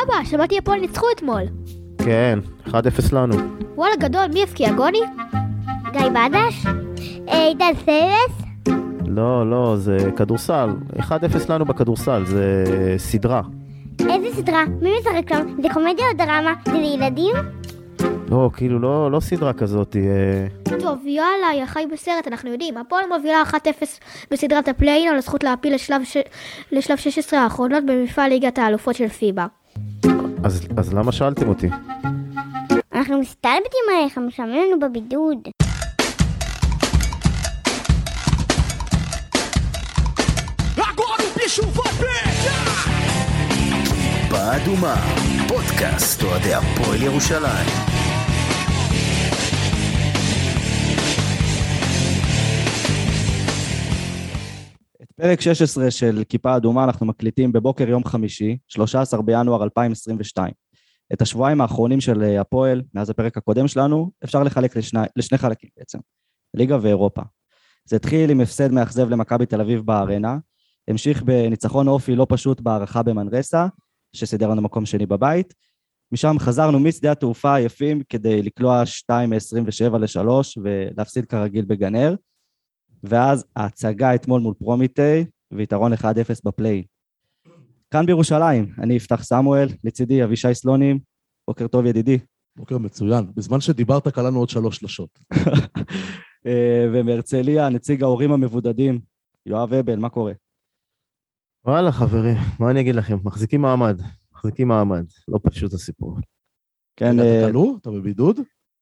אבא, שמעתי הפועל ניצחו אתמול. כן, 1-0 לנו. וואלה גדול, מי הפקיע? גוני? גיא בדש? עידן סרס? לא, זה כדורסל. 1-0 לנו בכדורסל, זה סדרה. איזה סדרה? מי משחק שם? זה קומדיה או דרמה? זה לילדים? לא, כאילו לא סדרה כזאת. טוב, יאללה, יא חי בסרט, אנחנו יודעים. הפועל מובילה 1-0 בסדרת הפליין על הזכות להפיל לשלב 16 האחרונות במפעל ליגת האלופות של פיבה. אז למה שאלתם אותי? אנחנו מסתלבטים עליך, משעמם לנו בבידוד. באדומה, פודקאסט אוהדי הפועל ירושלים. את פרק 16 של כיפה אדומה אנחנו מקליטים בבוקר יום חמישי, 13 בינואר 2022. את השבועיים האחרונים של הפועל, מאז הפרק הקודם שלנו, אפשר לחלק לשני חלקים בעצם, ליגה ואירופה. זה התחיל עם הפסד מאכזב למכבי תל אביב בארנה, המשיך בניצחון אופי לא פשוט בהערכה במנרסה, שסידר לנו מקום שני בבית, משם חזרנו משדה התעופה עייפים כדי לקלוע 2-27 ל-3 ולהפסיד כרגיל בגנר, ואז ההצגה אתמול מול פרומיטי ויתרון 1-0 בפליי. כאן בירושלים, אני אפתח סמואל, לצידי אבישי סלונים, בוקר טוב ידידי. בוקר מצוין, בזמן שדיברת קלענו עוד 3 שלשות. ומהרצליה, נציג ההורים המבודדים, יואב אבל, מה קורה? וואלה חברים, מה אני אגיד לכם? מחזיקים מעמד, לא פשוט הסיפור. כן, אתה קלו? אתה בבידוד?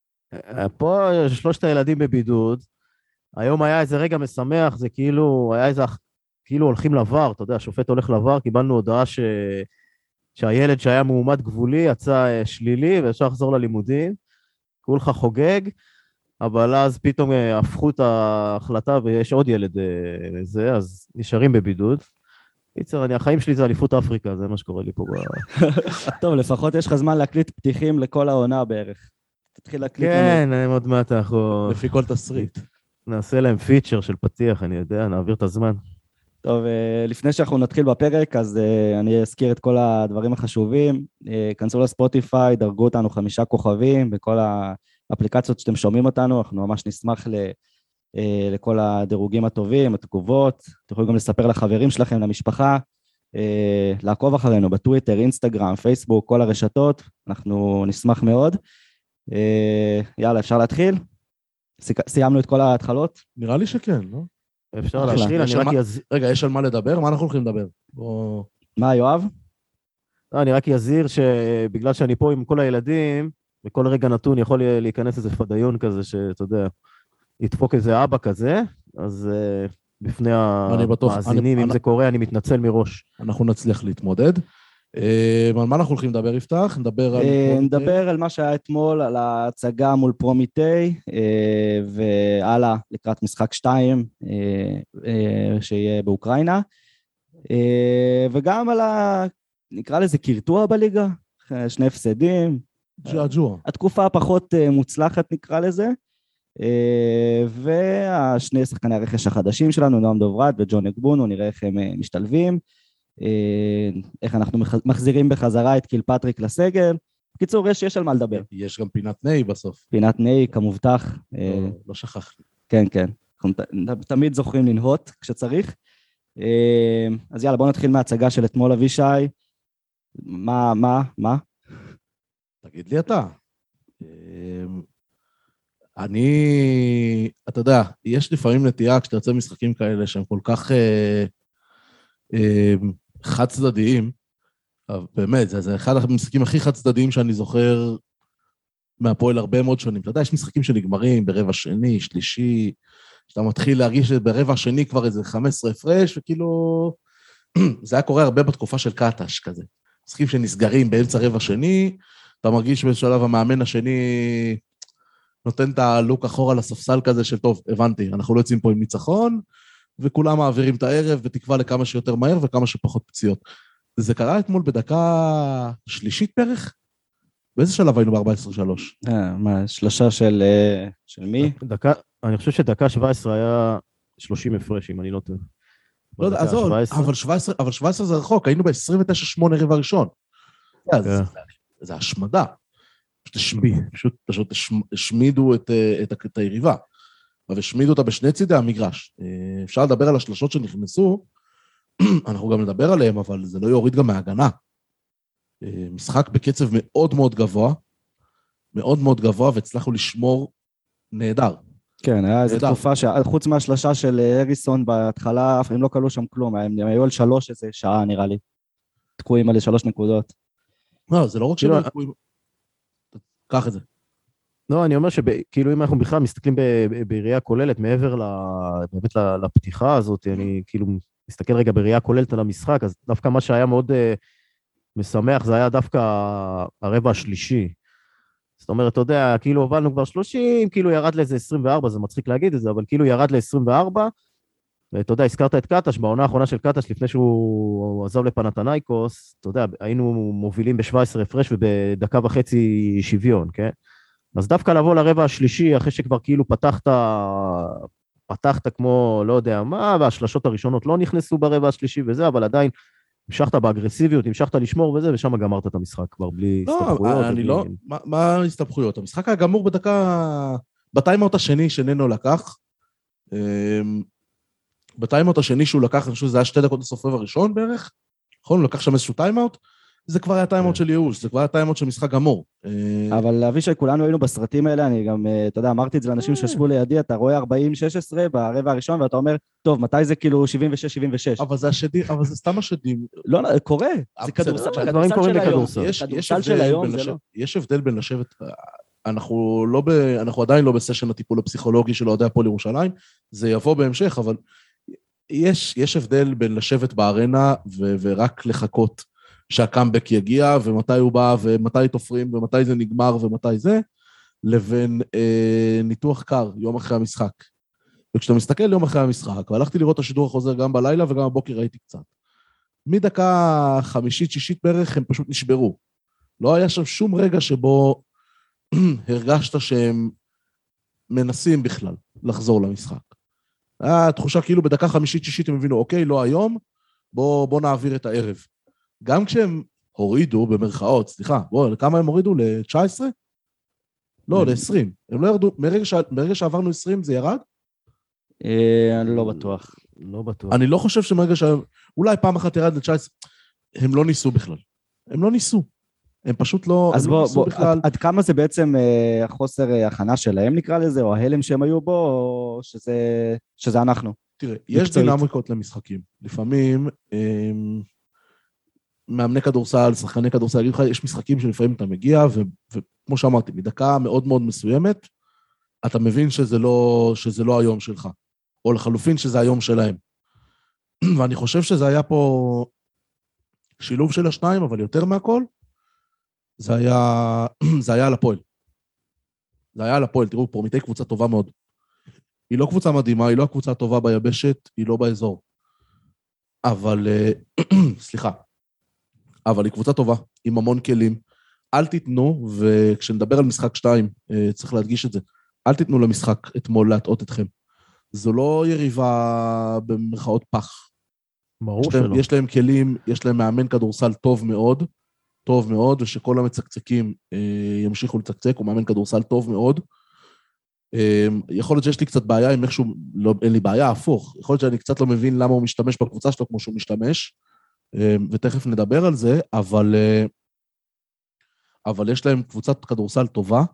פה 3 הילדים בבידוד, היום היה איזה רגע משמח, זה כאילו, היה איזה, כאילו הולכים לבר, אתה יודע, השופט הולך לבר, קיבלנו הודעה שהילד שהיה מועמד גבולי יצא שלילי, ואפשר לחזור ללימודים, כולך חוגג, אבל אז פתאום הפכו את ההחלטה, ויש עוד ילד זה, אז נשארים בבידוד. קיצר, החיים שלי זה אליפות אפריקה, זה מה שקורה לי פה. טוב, לפחות יש לך זמן להקליט פתיחים לכל העונה בערך. תתחיל להקליט. כן, עוד מעט אנחנו... לפי כל תסריט. נעשה להם פיצ'ר של פתיח, אני יודע, נעביר את הזמן. טוב, לפני שאנחנו נתחיל בפרק, אז אני אזכיר את כל הדברים החשובים. כנסו לספוטיפיי, דרגו אותנו 5 כוכבים, בכל האפליקציות שאתם שומעים אותנו, אנחנו ממש נשמח לכל הדירוגים הטובים, התגובות. אתם יכולים גם לספר לחברים שלכם, למשפחה, לעקוב אחרינו בטוויטר, אינסטגרם, פייסבוק, כל הרשתות, אנחנו נשמח מאוד. יאללה, אפשר להתחיל? סיימנו את כל ההתחלות? נראה לי שכן, לא? אפשר להתחיל, אני רק יזיר... רגע, יש על מה לדבר? מה אנחנו הולכים לדבר? מה, יואב? אני רק יזיר שבגלל שאני פה עם כל הילדים, בכל רגע נתון יכול להיכנס איזה פדיון כזה, שאתה יודע, ידפוק איזה אבא כזה, אז בפני המאזינים, אם זה קורה, אני מתנצל מראש. אנחנו נצליח להתמודד. על מה אנחנו הולכים לדבר, יפתח? נדבר על מה שהיה אתמול, על ההצגה מול פרומיטי, והלאה לקראת משחק 2, שיהיה באוקראינה, וגם על נקרא לזה קרטוע בליגה, 2 הפסדים. התקופה הפחות מוצלחת נקרא לזה, והשני שחקני הרכש החדשים שלנו, נועם דוברת וג'ון אגבונו, נראה איך הם משתלבים, איך אנחנו מחזירים בחזרה את קיל פטריק לסגל. בקיצור, יש על מה לדבר. יש גם פינת נאי בסוף. פינת נאי, כמובטח. לא שכח. כן. תמיד זוכרים לנהות כשצריך. אז יאללה, בואו נתחיל מההצגה של אתמול אבישי. מה? תגיד לי אתה. אתה יודע, יש לפעמים נטייה כשאתה יוצא משחקים כאלה שהם כל כך חד צדדיים, באמת, זה אחד המשחקים הכי חד צדדיים שאני זוכר מהפועל הרבה מאוד שנים. אתה יודע, יש משחקים שנגמרים ברבע שני, שלישי, שאתה מתחיל להרגיש ברבע שני כבר איזה 15 הפרש, וכאילו, זה היה קורה הרבה בתקופה של קטש כזה. משחקים שנסגרים באמצע רבע שני, אתה מרגיש בשלב המאמן השני נותן את הלוק אחורה לספסל כזה של טוב, הבנתי, אנחנו לא יוצאים פה עם ניצחון, וכולם מעבירים את הערב בתקווה לכמה שיותר מהר וכמה שפחות פציעות. זה קרה אתמול בדקה שלישית פרח? באיזה שלב היינו ב-14-3? מה, שלושה של מי? אני חושב שדקה 17 היה 30 הפרש, אם אני לא טועה. לא יודע, אבל 17 זה רחוק, היינו ב-29-8 רבע ראשון. זה השמדה. פשוט השמידו את היריבה. והשמידו אותה בשני צידי המגרש. אפשר לדבר על השלשות שנכנסו, אנחנו גם נדבר עליהם, אבל זה לא יוריד גם מההגנה. משחק בקצב מאוד מאוד גבוה, מאוד מאוד גבוה, והצלחנו לשמור נהדר. כן, היה איזו תקופה שחוץ מהשלשה של הריסון בהתחלה, הם לא קלו שם כלום, הם היו על 3 איזה שעה נראה לי. תקועים על 3 נקודות. לא, זה לא רק שלא תקועים. קח את זה. לא, אני אומר שכאילו אם אנחנו בכלל מסתכלים בראייה כוללת, מעבר באמת לפתיחה הזאת, אני כאילו מסתכל רגע בראייה כוללת על המשחק, אז דווקא מה שהיה מאוד משמח, זה היה דווקא הרבע השלישי. זאת אומרת, אתה יודע, כאילו הובלנו כבר 30, כאילו ירד לאיזה 24, זה מצחיק להגיד את זה, אבל כאילו ירד ל-24, ואתה יודע, הזכרת את קטש, בעונה האחרונה של קטש, לפני שהוא עזב לפנתנייקוס, אתה יודע, היינו מובילים ב-17 הפרש ובדקה וחצי שוויון, כן? אז דווקא לבוא לרבע השלישי, אחרי שכבר כאילו פתחת כמו לא יודע מה, והשלשות הראשונות לא נכנסו ברבע השלישי וזה, אבל עדיין המשכת באגרסיביות, המשכת לשמור וזה, ושם גמרת את המשחק כבר בלי הסתבכויות. לא, אני לא, מה הסתבכויות? המשחק היה גמור בטיימאוט השני שננו לקח, בטיימאוט השני שהוא לקח, אני חושב שזה היה 2 דקות לסוף הראשון בערך, נכון? הוא לקח שם איזשהו טיימאוט, זה כבר היה טיימאוט של ייאוש, זה כבר היה טיימאוט של משחק גמור. אבל להביא שכולנו היינו בסרטים האלה, אני גם, אתה יודע, אמרתי את זה לאנשים שישבו לידי, אתה רואה 40-16 ברבע הראשון, ואתה אומר, טוב, מתי זה כאילו 76-76? אבל זה השדים, אבל זה סתם השדים. לא, קורה, זה כדורסל של היום. כדורסל של היום זה לא. יש הבדל בין לשבת, אנחנו עדיין לא בסשן הטיפול הפסיכולוגי של אוהדי הפועל ירושלים, זה יבוא בהמשך, אבל יש הבדל בין לשבת בארנה ורק לחכות שהקאמבק יגיע, ומתי הוא בא, ומתי תופרים, ומתי זה נגמר, ומתי זה, לבין ניתוח קר, יום אחרי המשחק. וכשאתה מסתכל יום אחרי המשחק, והלכתי לראות את השידור החוזר גם בלילה, וגם בבוקר ראיתי קצת. מדקה 5-6 בערך, הם פשוט נשברו. לא היה שם שום רגע שבו הרגשת שהם מנסים בכלל לחזור למשחק. התחושה כאילו בדקה 5-6 הם הבינו, אוקיי, לא היום, בוא נעביר את הערב. גם כשהם הורידו במרכאות, סליחה, כמה הם הורידו? ל-19? לא, ל-20. הם לא ירדו, מרגע שעברנו 20 זה ירד? אני לא בטוח. לא בטוח. אני לא חושב שמרגע אולי פעם אחת ירד ל-19, הם לא ניסו בכלל. הם לא ניסו. הם פשוט לא... אז בוא, עד כמה זה בעצם החוסר הכנה שלהם נקרא לזה, או ההלם שהם היו בו, או שזה אנחנו? תראה, יש דינמיקות למשחקים. לפעמים... מאמני כדורסל, שחקני כדורסל, אגיד לך, יש משחקים שלפעמים אתה מגיע, וכמו שאמרתי, מדקה מאוד מאוד מסוימת, אתה מבין שזה לא היום שלך, או לחלופין שזה היום שלהם. ואני חושב שזה היה פה שילוב של השניים, אבל יותר מהכל, זה היה על הפועל. זה היה על הפועל, תראו, פורמיטי קבוצה טובה מאוד. היא לא קבוצה מדהימה, היא לא הקבוצה הטובה ביבשת, היא לא באזור. אבל, סליחה, אבל היא קבוצה טובה, עם המון כלים. אל תיתנו, וכשנדבר על משחק 2, צריך להדגיש את זה, אל תיתנו למשחק אתמול להטעות אתכם. זו לא יריבה במרכאות פח. ברור שלא. יש להם כלים, יש להם מאמן כדורסל טוב מאוד, ושכל המצקצקים ימשיכו לצקצק, הוא מאמן כדורסל טוב מאוד. יכול להיות שיש לי קצת בעיה עם איכשהו, אין לי בעיה, הפוך. יכול להיות שאני קצת לא מבין למה הוא משתמש בקבוצה שלו כמו שהוא משתמש, ותכף נדבר על זה, אבל יש להם קבוצת כדורסל טובה,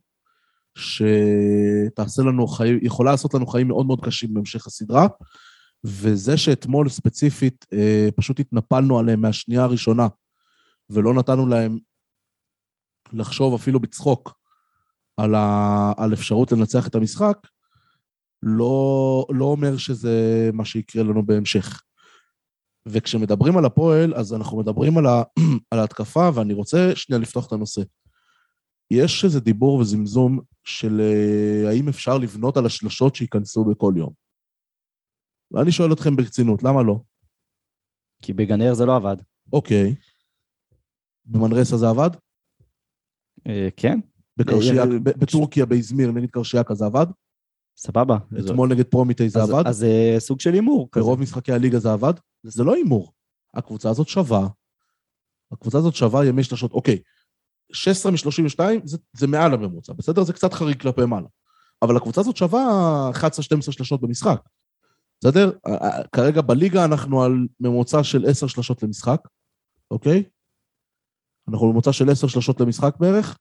שתעשה לנו חיים, יכולה לעשות לנו חיים מאוד מאוד קשים בהמשך הסדרה, וזה שאתמול ספציפית, פשוט התנפלנו עליהם מהשנייה הראשונה, ולא נתנו להם לחשוב אפילו בצחוק על אפשרות לנצח את המשחק, לא אומר שזה מה שיקרה לנו בהמשך. וכשמדברים על הפועל, אז אנחנו מדברים על ההתקפה, ואני רוצה שנייה לפתוח את הנושא. יש איזה דיבור וזמזום של האם אפשר לבנות על השלשות שיכנסו בכל יום. ואני שואל אתכם ברצינות, למה לא? כי בגנר זה לא עבד. אוקיי. במנרסה זה עבד? כן. בטורקיה, באזמיר, נגד קרשיאקה זה עבד? סבבה. אתמול נגד פרומיטי זה עבד? אז סוג של אימור. ברוב משחקי הליגה זה עבד? זה לא אימור. הקבוצה הזאת שווה, הקבוצה הזאת שווה ימי שלשות, אוקיי, 16 מ-32 זה מעל הממוצע, בסדר? זה קצת חריג כלפי מעלה. אבל הקבוצה הזאת שווה 11-12 שלשות במשחק. בסדר? כרגע בליגה אנחנו על ממוצע של 10 שלשות למשחק, אוקיי? אנחנו על ממוצע של 10 שלשות למשחק בערך.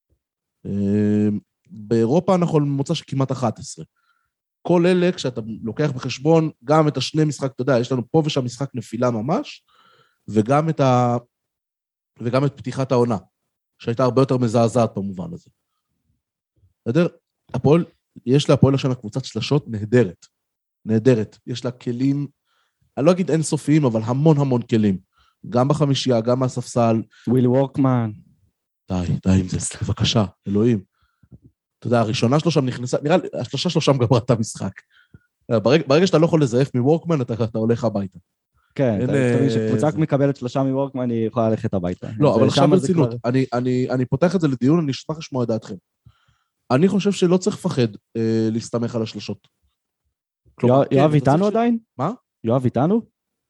באירופה אנחנו על ממוצע של כמעט 11. כל אלה, כשאתה לוקח בחשבון גם את השני משחק, אתה יודע, יש לנו פה ושם משחק נפילה ממש, וגם את פתיחת העונה, שהייתה הרבה יותר מזעזעת במובן הזה. בסדר? יש להפועל השנה קבוצת שלשות נהדרת. נהדרת. יש לה כלים, אני לא אגיד אינסופיים, אבל המון המון כלים. גם בחמישייה, גם מהספסל. וויל וורקמן. די עם זה, בבקשה, אלוהים. אתה יודע, הראשונה שלו שם נכנסה, נראה לי, השלושה שלו שם גמרה את המשחק. ברגע שאתה לא יכול לזייף מוורקמן, אתה הולך הביתה. כן, תבין שקבוצה מקבלת שלושה מוורקמן, היא יכולה ללכת הביתה. לא, אבל עכשיו ברצינות, אני פותח את זה לדיון, אני אשמח לשמוע את דעתכם. אני חושב שלא צריך לפחד להסתמך על השלשות. יואב איתנו עדיין? מה? יואב איתנו?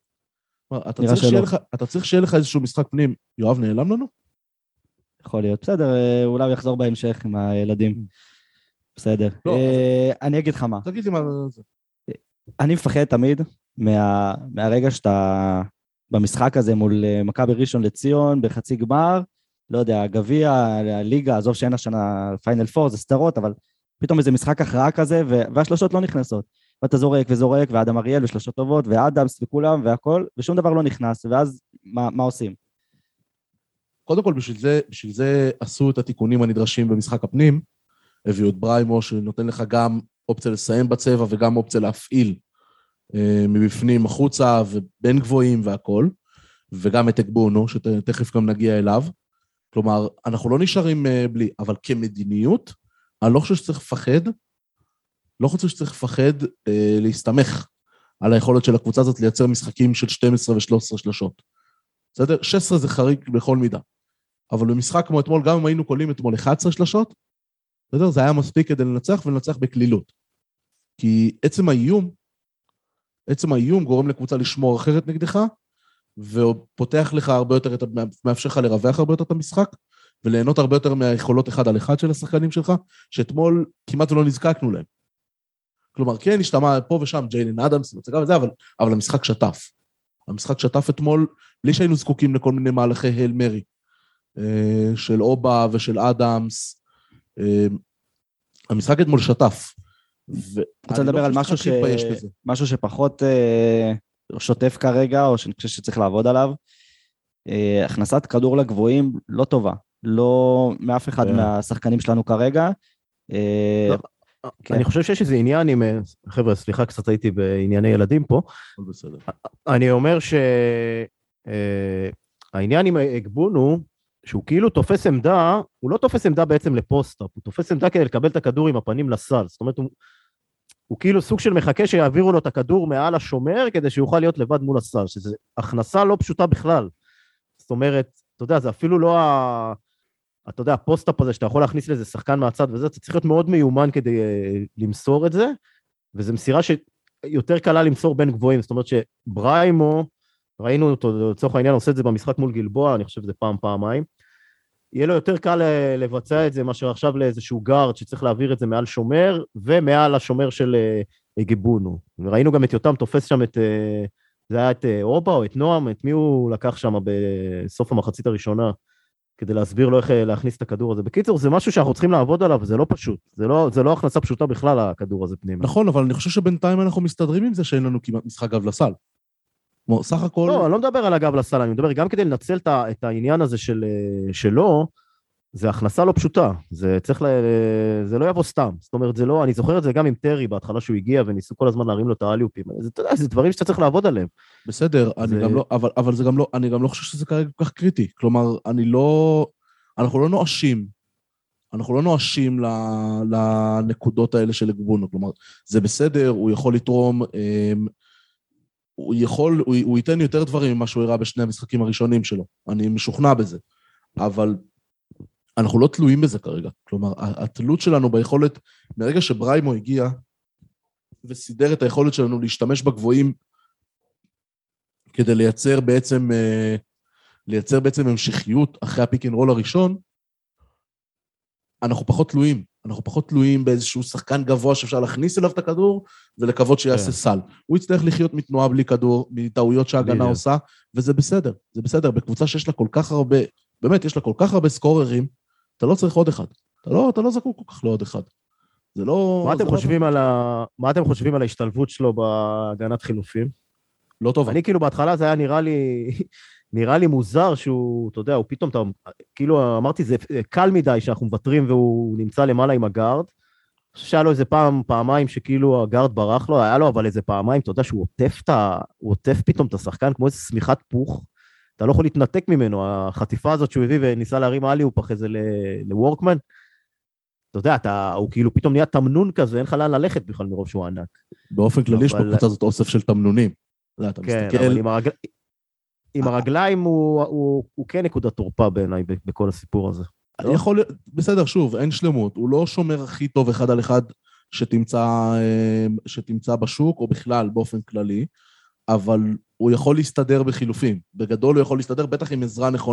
אתה צריך שיהיה לך איזשהו משחק פנים. יואב נעלם לנו? יכול להיות, בסדר, אולי הוא יחזור בהמשך עם הילדים. בסדר. אני אגיד לך מה. תגיד לי מה זה. אני מפחד תמיד מהרגע שאתה במשחק הזה מול מכבי ראשון לציון, בחצי גמר, לא יודע, גביע, הליגה, עזוב שאין השנה פיינל פור, זה סתרות, אבל פתאום איזה משחק הכרעה כזה, והשלושות לא נכנסות. ואתה זורק וזורק, ואדם אריאל ושלושות טובות, ואדמס וכולם והכל, ושום דבר לא נכנס, ואז מה עושים? קודם כל, בשביל זה עשו את התיקונים הנדרשים במשחק הפנים, הביאו את בריימו, שנותן לך גם אופציה לסיים בצבע, וגם אופציה להפעיל מבפנים החוצה, ובין גבוהים והכל, וגם את אגבונו, שתכף גם נגיע אליו. כלומר, אנחנו לא נשארים בלי, אבל כמדיניות, אני לא חושב שצריך לפחד, להסתמך על היכולת של הקבוצה הזאת לייצר משחקים של 12 ו-13 שלשות. בסדר? 16 זה חריג בכל מידה. אבל במשחק כמו אתמול, גם אם היינו קולים אתמול 11 שלשות, בסדר? זה היה מספיק כדי לנצח ולנצח בכלילות. כי עצם האיום גורם לקבוצה לשמור אחרת נגדך, ופותח לך הרבה יותר, מאפשר לך לרווח הרבה יותר את המשחק, וליהנות הרבה יותר מהיכולות אחד על אחד של השחקנים שלך, שאתמול כמעט לא נזקקנו להם. כלומר, כן, השתמע פה ושם ג'יילן אדמס, אבל המשחק שטף. המשחק שטף אתמול, בלי שהיינו זקוקים לכל מיני מהלכי הל מרי, של אובה ושל אדמס. המשחק אתמול שטף. רוצה לדבר על משהו שפחות שוטף כרגע, או שאני חושב שצריך לעבוד עליו. הכנסת כדור לגבוהים לא טובה. לא מאף אחד מהשחקנים שלנו כרגע. אני חושב שיש איזה עניין עם, חבר'ה, סליחה, קצת הייתי בענייני ילדים פה. אני אומר שהעניין עם אגבונו, שהוא כאילו תופס עמדה, הוא לא תופס עמדה בעצם לפוסט-אפ, הוא תופס עמדה כדי לקבל את הכדור עם הפנים לסל. זאת אומרת, הוא כאילו סוג של מחכה שיעבירו לו את הכדור מעל השומר, כדי שיוכל להיות לבד מול הסל, שזו הכנסה לא פשוטה בכלל. זאת אומרת, אתה יודע, זה אפילו לא אתה יודע, הפוסט-אפ הזה שאתה יכול להכניס לזה שחקן מהצד וזה, אתה צריך להיות מאוד מיומן כדי למסור את זה, וזו מסירה שיותר קלה למסור בין גבוהים, זאת אומרת שבריימו, ראינו אותו, לצורך העניין עושה את זה במשחק מול גלבוע, אני חושב שזה פעמיים, יהיה לו יותר קל לבצע את זה, מאשר עכשיו לאיזשהו גארד, שצריך להעביר את זה מעל שומר, ומעל השומר של גיבונו. וראינו גם את יותם תופס שם זה היה את אובה או את נועם, את מי הוא לקח שם בסוף המחצית הראשונה, כדי להסביר לו איך להכניס את הכדור הזה. בקיצור, זה משהו שאנחנו צריכים לעבוד עליו, זה לא פשוט. זה לא הכנסה פשוטה בכלל, הכדור הזה פנימה. נכון, אבל אני חושב שבינתיים אנחנו מסתדרים עם זה שאין לנו כמעט משחק גב לסל. כמו, סך הכל... לא, אני לא מדבר על הגב לסל, אני מדבר גם כדי לנצל את העניין הזה שלו, זה הכנסה לא פשוטה. זה לא יבוא סתם. זאת אומרת, זה לא, אני זוכר את זה גם עם טרי, בהתחלה שהוא הגיע, וניסו כל הזמן להרים לו את האליופים. זה דברים שאתה צריך לעבוד עליהם. בסדר, אבל זה גם לא, אני גם לא חושב שזה כרגע כל כך קריטי. כלומר, אנחנו לא נואשים לנקודות האלה של אגבונו. כלומר, זה בסדר, הוא יכול לתרום, הוא ייתן יותר דברים ממה שהוא הראה בשני המשחקים הראשונים שלו. אני משוכנע בזה. אבל אנחנו לא תלויים בזה כרגע. כלומר, התלות שלנו ביכולת, מרגע שבריימו הגיע וסידר את היכולת שלנו להשתמש בגבוהים כדי לייצר בעצם לייצר בעצם המשכיות אחרי הפיק אנד רול הראשון, אנחנו פחות תלויים באיזשהו שחקן גבוה שאפשר להכניס אליו את הכדור, ולקוות שיעשה סל. הוא יצטרך לחיות מתנועה בלי כדור, מטעויות שההגנה עושה, וזה בסדר, זה בסדר. בקבוצה שיש לה כל כך הרבה, באמת, יש לה כל כך הרבה סקוררים, אתה לא צריך עוד אחד. אתה לא זקוק כל כך לעוד אחד. זה לא... מה אתם חושבים על ההשתלבות שלו בהגנת חילופים? לא טוב. אני כאילו בהתחלה זה היה נראה לי מוזר שהוא, אתה יודע, הוא פתאום, כאילו אמרתי, זה קל מדי שאנחנו מוותרים והוא נמצא למעלה עם הגארד. אני חושב שהיה לו איזה פעמיים שכאילו הגארד ברח לו, היה לו אבל איזה פעמיים, אתה יודע שהוא עוטף פתאום את השחקן כמו איזה סמיכת פוך. אתה לא יכול להתנתק ממנו, החטיפה הזאת שהוא הביא וניסה להרים אליופ אחרי זה לוורקמן. אתה יודע, הוא כאילו פתאום נהיה תמנון כזה, אין לך לאן ללכת בכלל מרוב שהוא ענק. באופן כללי יש בקבוצה הזאת אוסף של תמנונים. כן, אבל עם הרגליים הוא כן נקודת תורפה בעיניי בכל הסיפור הזה. אני יכול, בסדר, שוב, אין שלמות, הוא לא שומר הכי טוב אחד על אחד שתמצא בשוק, או בכלל באופן כללי, אבל הוא יכול להסתדר בחילופים. בגדול הוא יכול להסתדר בטח עם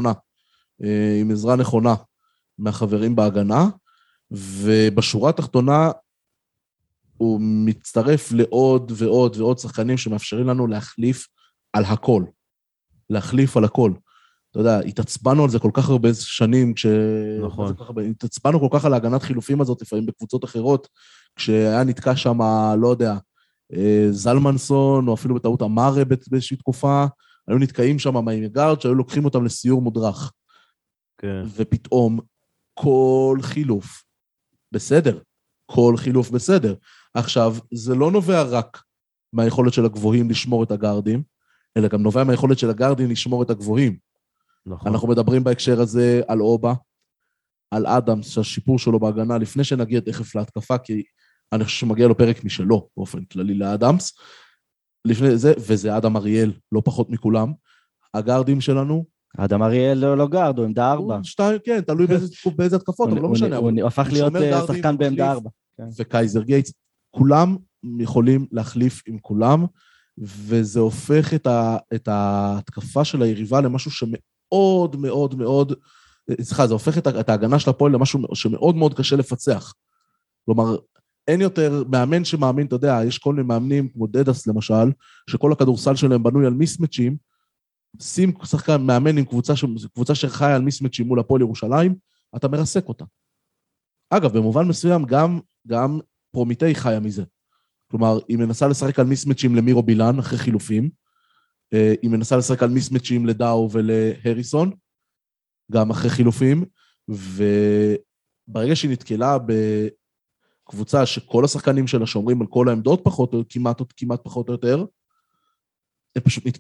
עזרה נכונה מהחברים בהגנה, ובשורה התחתונה הוא מצטרף לעוד ועוד ועוד שחקנים שמאפשרים לנו להחליף על הכל. להחליף על הכל. אתה יודע, התעצבנו על זה כל כך הרבה שנים, נכון. התעצבנו כל כך על ההגנת חילופים הזאת, לפעמים בקבוצות אחרות, כשהיה נתקע שם, לא יודע, זלמנסון, או אפילו בטעות אמרה באיזושהי תקופה, היו נתקעים שם מהגארד, שהיו לוקחים אותם לסיור מודרך. כן. ופתאום, כל חילוף בסדר. כל חילוף בסדר. עכשיו, זה לא נובע רק מהיכולת של הגבוהים לשמור את הגארדים, אלא גם נובע מהיכולת של הגארדים לשמור את הגבוהים. נכון. אנחנו מדברים בהקשר הזה על אובה, על אדמס, שהשיפור שלו בהגנה, לפני שנגיע תכף להתקפה, כי אני חושב שמגיע לו פרק משלו, באופן כללי לאדמס, לפני זה, וזה אדם אריאל, לא פחות מכולם, הגארדים שלנו, אדם אריאל לא גארד, הוא עמדה 4. כן, תלוי באיזה התקפות, אבל לא משנה. הוא הפך להיות שחקן בעמדה 4. וקייזר גייטס, כולם יכולים להחליף עם כולם, וזה הופך את ההתקפה של היריבה למשהו שמאוד מאוד מאוד, זה הופך את ההגנה של הפועל למשהו שמאוד מאוד קשה לפצח. כלומר, אין יותר מאמן שמאמין, אתה יודע, יש כל מיני מאמנים כמו דדס למשל, שכל הכדורסל שלהם בנוי על מיסמצ'ים, שים שחקן מאמן עם קבוצה שחיה על מיסמצ'ים מול הפועל ירושלים, אתה מרסק אותה. אגב, במובן מסוים גם פרומיטי חיה מזה. כלומר, היא מנסה לשחק על מיסמצ'ים למירו בילן אחרי חילופים, היא מנסה לשחק על מיסמצ'ים לדאו ולהריסון, גם אחרי חילופים, וברגע שהיא נתקלה בקבוצה שכל השחקנים שלה שומרים על כל העמדות כמעט פחות או יותר, הם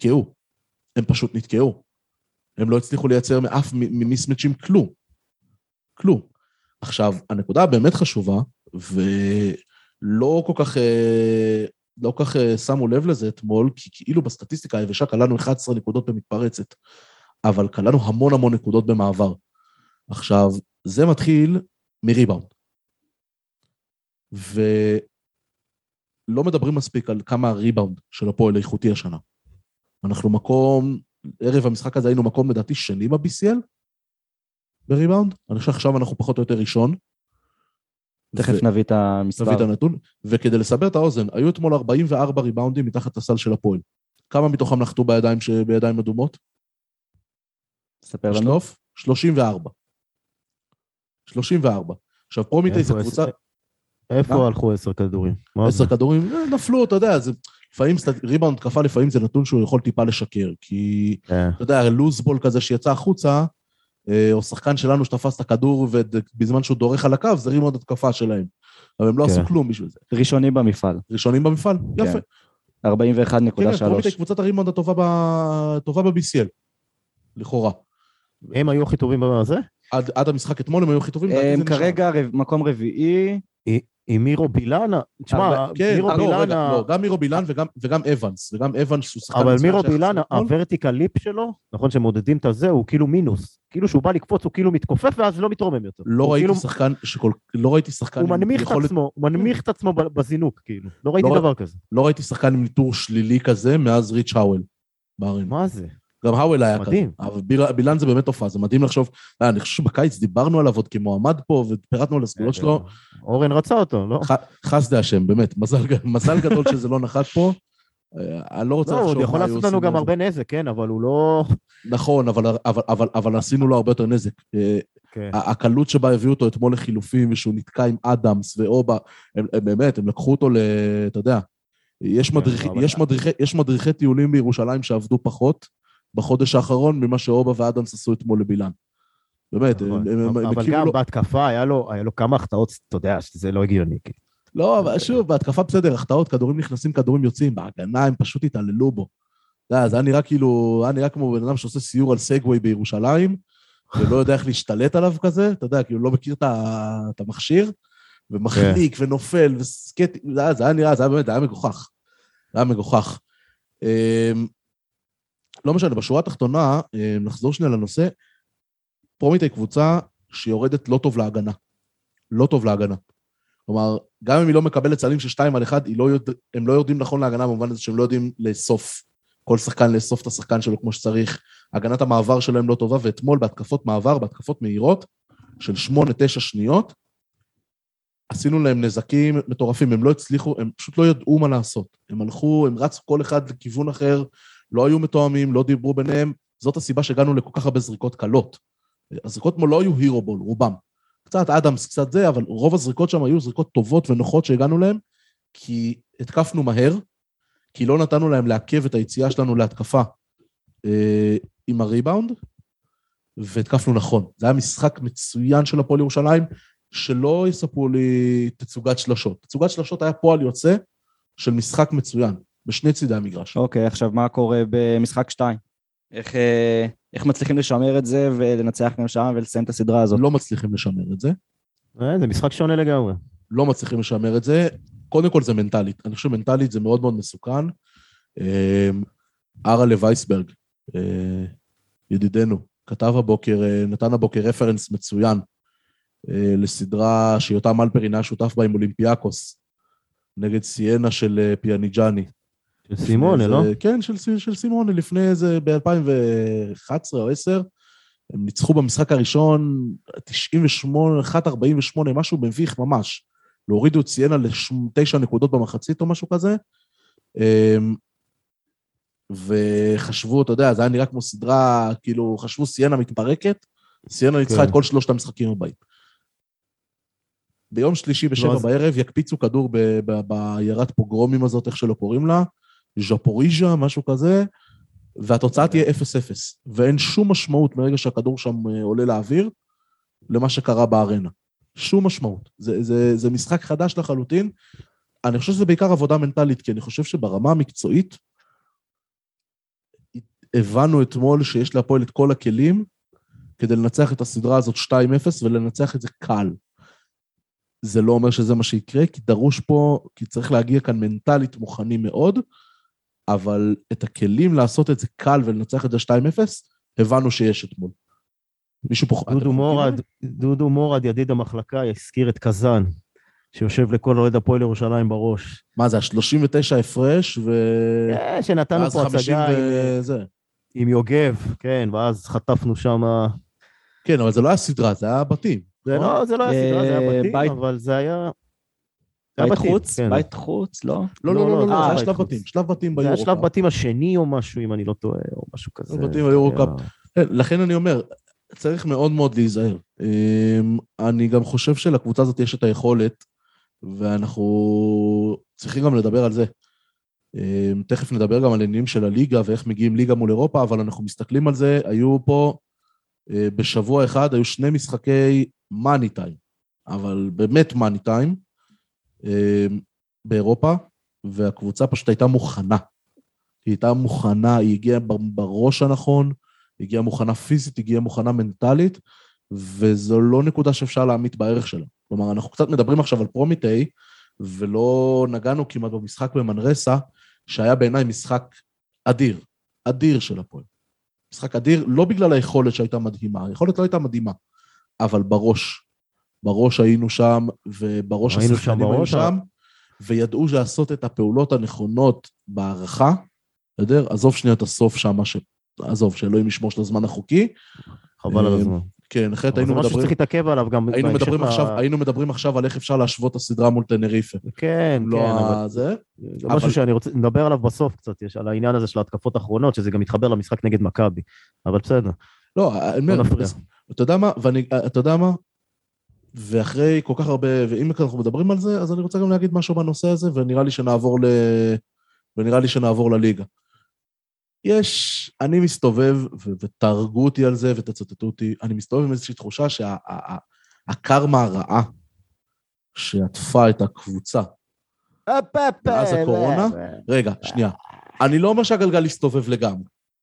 פשוט נתקעו. הם לא הצליחו לייצר מאף מיסמצ'ים כלום. עכשיו, הנקודה הבאמת חשובה, ולא כל כך שמו לב לזה אתמול, כי כאילו בסטטיסטיקה היבשה קלענו 11 נקודות במתפרצת, אבל קלענו המון נקודות במעבר. עכשיו, זה מתחיל מריבאונד. ולא מדברים מספיק על כמה הריבאונד של הפועל איכותי השנה. אנחנו ערב המשחק הזה היינו מקום לדעתי שני ב-BCL, בריבאונד, אני חושב עכשיו אנחנו פחות או יותר ראשון. תכף נביא את המספר. נביא את הנתון, וכדי לסבר את האוזן, היו אתמול 44 ריבאונדים מתחת לסל של הפועל. כמה מתוכם נחתו בידיים אדומות? ספר לנו. 34. 34. עכשיו, פרומיטי זה קבוצה... איפה הלכו 10 כדורים? 10 כדורים, נפלו, אתה יודע, לפעמים ריבאונד תקפה, לפעמים זה נתון שהוא יכול טיפה לשקר, כי, אתה יודע, לוזבול כזה שיצא החוצה, או שחקן שלנו שתפס את הכדור, ובזמן שהוא דורך על הקו, זה ריבאונד התקפה שלהם. אבל הם לא עשו כלום בשביל זה. ראשונים במפעל, יפה. 41.3. כן, פרומיטי קבוצת הריבאונד הטובה ב-BCL, לכאורה. הם היו הכי טובים בזה? עד המשחק אתמול הם היו הכי טובים. הם כרגע מקום רביעי. עם מירו בילן, תשמע, מירו בילן... לא, גם מירו בילן וגם אבנס, שהוא שחקן... אבל מירו בילן, הוורטיקל ליפ שלו, נכון שמודדים את הזה, הוא כאילו מינוס. כאילו שהוא בא לקפוץ, הוא כאילו מתכופף, ואז לא מתרומם יותר. לא ראיתי שחקן... הוא מנמיך את עצמו בזינוק, כאילו. לא ראיתי דבר כזה. לא ראיתי שחקן עם ניטור שלילי כזה, מאז ריץ' האוול. מה זה? גם האוול היה כזה. מדהים. אבל בילן זה באמת תופעה, זה מדהים לחשוב, אני חושב שבקיץ דיברנו עליו עוד כמועמד פה, ופירטנו על הזכויות שלו. אורן רצה אותו, לא? חסדי השם, באמת, מזל גדול שזה לא נחת פה. אני לא רוצה לחשוב מה היו עושים. הוא יכול לעשות לנו גם הרבה נזק, כן, אבל הוא לא... נכון, אבל עשינו לו הרבה יותר נזק. הקלות שבה הביאו אותו אתמול לחילופים, ושהוא נתקע עם אדמס ואובה, באמת, הם לקחו אותו אתה יודע, יש מדריכי טיולים בירושלים שעבדו פחות בחודש האחרון ממה שאובה ואדמס עשו אתמול לבילן. באמת. אבל גם בהתקפה היה לו כמה החטאות, אתה יודע, שזה לא הגיוני. לא, אבל שוב, בהתקפה בסדר, החטאות, כדורים נכנסים, כדורים יוצאים, בהגנה הם פשוט התעללו בו. זה היה נראה כמו בן אדם שעושה סיור על סגווי בירושלים, ולא יודע איך להשתלט עליו כזה, אתה יודע, כאילו לא מכיר את המכשיר, ומחליק ונופל וסקט, זה היה נראה, זה היה מגוחך. זה היה מגוחך. לא משנה, בשורה התחתונה, נחזור שנייה לנושא, פרומיטי קבוצה שיורדת לא טוב להגנה. לא טוב להגנה. כלומר, גם אם היא לא מקבלת צעלים של 2 על 1, הם לא יורדים נכון להגנה, במובן הזה שהם לא יודעים לאסוף, כל שחקן לאסוף את השחקן שלו כמו שצריך. הגנת המעבר שלהם לא טובה, ואתמול בהתקפות מעבר, בהתקפות מהירות, של 8-9 שניות, עשינו להם נזקים מטורפים, הם לא הצליחו, הם פשוט לא ידעו מה לעשות. הם הלכו, הם רצו כל אחד לכיוון אחר, לא היו מתואמים, לא דיברו ביניהם, זאת הסיבה שהגענו לכל כך הרבה זריקות קלות. הזריקות כמו לא היו הירו-בול, רובם. קצת אדמס, קצת זה, אבל רוב הזריקות שם היו זריקות טובות ונוחות שהגענו להם, כי התקפנו מהר, כי לא נתנו להם לעכב את היציאה שלנו להתקפה עם הריבאונד, והתקפנו נכון. זה היה משחק מצוין של הפועל ירושלים, שלא יספרו לי תצוגת שלשות. תצוגת שלשות היה פועל יוצא של משחק מצוין, בשני צידי המגרש. אוקיי, עכשיו מה קורה במשחק 2? איך מצליחים לשמר את זה ולנצח גם שם ולסיים את הסדרה הזאת? לא מצליחים לשמר את זה. זה משחק שונה לגמרי. לא מצליחים לשמר את זה. קודם כל זה מנטלית. אני חושב מנטלית זה מאוד מאוד מסוכן. ארלה וייסברג, ידידנו, כתב הבוקר, נתן הבוקר רפרנס מצוין, לסדרה שיותם אלפרין היה שותף בה עם אולימפיאקוס, נגד סיינה של פיאניג'אני. של סימונה, לא? כן, של סימונה, לפני איזה, ב-2011 או 10, הם ניצחו במשחק הראשון, 98, 148, משהו מביך ממש. להורידו את סיינה ל9 נקודות במחצית או משהו כזה, וחשבו, אתה יודע, זה היה נראה כמו סדרה, כאילו, חשבו סיינה מתפרקת, סיינה ניצחה את כל 3 המשחקים הבאים. ביום שלישי ב7 בערב יקפיצו כדור בעיירת פוגרומים הזאת, איך שלא קוראים לה, ז'פוריז'ה, משהו כזה, והתוצאה תהיה 0-0, ואין שום משמעות מרגע שהכדור שם עולה לאוויר, למה שקרה בארנה. שום משמעות. זה משחק חדש לחלוטין. אני חושב שזה בעיקר עבודה מנטלית, כי אני חושב שברמה המקצועית, הבנו אתמול שיש להפועל את כל הכלים, כדי לנצח את הסדרה הזאת 2-0, ולנצח את זה קל. זה לא אומר שזה מה שיקרה, כי דרוש פה, כי צריך להגיע כאן מנטלית מוכנים מאוד, אבל את הכלים לעשות את זה קל ולנצח את זה 2-0, הבנו שיש אתמול. מישהו פה... דודו מורד, ידיד המחלקה, יזכיר את קזן, שיושב לכל אוהד הפועל ירושלים בראש. מה זה, 39 הפרש שנתנו פה הצגה עם יוגב, כן, ואז חטפנו שם... כן, אבל זה לא היה סדרה, זה היה בתים. זה לא היה סדרה, זה היה בתים, אבל זה היה... בית חוץ? בית חוץ, לא? לא, זה היה שלב בתים, שלב בתים ביורוקאפ. זה היה שלב בתים השני או משהו, אם אני לא טועה, או משהו כזה. שלב בתים ביורוקאפ. לכן אני אומר, צריך מאוד מאוד להיזהר. אני גם חושב שלקבוצה הזאת יש את היכולת, ואנחנו צריכים גם לדבר על זה. תכף נדבר גם על עניינים של הליגה, ואיך מגיעים ליגה מול אירופה, אבל אנחנו מסתכלים על זה, היו פה, בשבוע אחד, היו 2 משחקי מאני טיים, אבל באמת מאני טיים, באירופה, והקבוצה פשוט הייתה מוכנה. היא הייתה מוכנה, היא הגיעה בראש הנכון, היא הגיעה מוכנה פיזית, היא הגיעה מוכנה מנטלית, וזו לא נקודה שאפשר להעמיד בערך שלה. כלומר, אנחנו קצת מדברים עכשיו על פרומיטי, ולא נגענו כמעט במשחק במנרסה, שהיה בעיניי משחק אדיר, אדיר של הפועל. משחק אדיר, לא בגלל היכולת שהייתה מדהימה, היכולת לא הייתה מדהימה, אבל בראש היינו שם, ובראש השחקנים היו שם, וידעו לעשות את הפעולות הנכונות בערכה, עזוב שנייה את הסוף שם, עזוב, שאלוהים ישמור של הזמן החוקי. חבל על הזמן. כן, אחרת היינו מדברים... זה משהו שצריך להתעכב עליו גם... היינו מדברים עכשיו על איך אפשר להשוות את הסדרה מול טנריפה. כן, כן. זה משהו שאני רוצה לדבר עליו בסוף קצת, יש על העניין הזה של ההתקפות האחרונות, שזה גם מתחבר למשחק נגד מכבי. אבל בסדר. לא אתה יודע מה? ואחרי כל כך הרבה, ואם אנחנו מדברים על זה, אז אני רוצה גם להגיד משהו בנושא הזה, ונראה לי שנעבור לליגה. אני מסתובב, ותרגו אותי על זה, ותצטטו אותי, אני מסתובב עם איזושהי תחושה שהקרמה הרעה שעטפה את הקבוצה, מאז הקורונה, רגע, שנייה, אני לא אומר שהגלגל יסתובב לגמרי,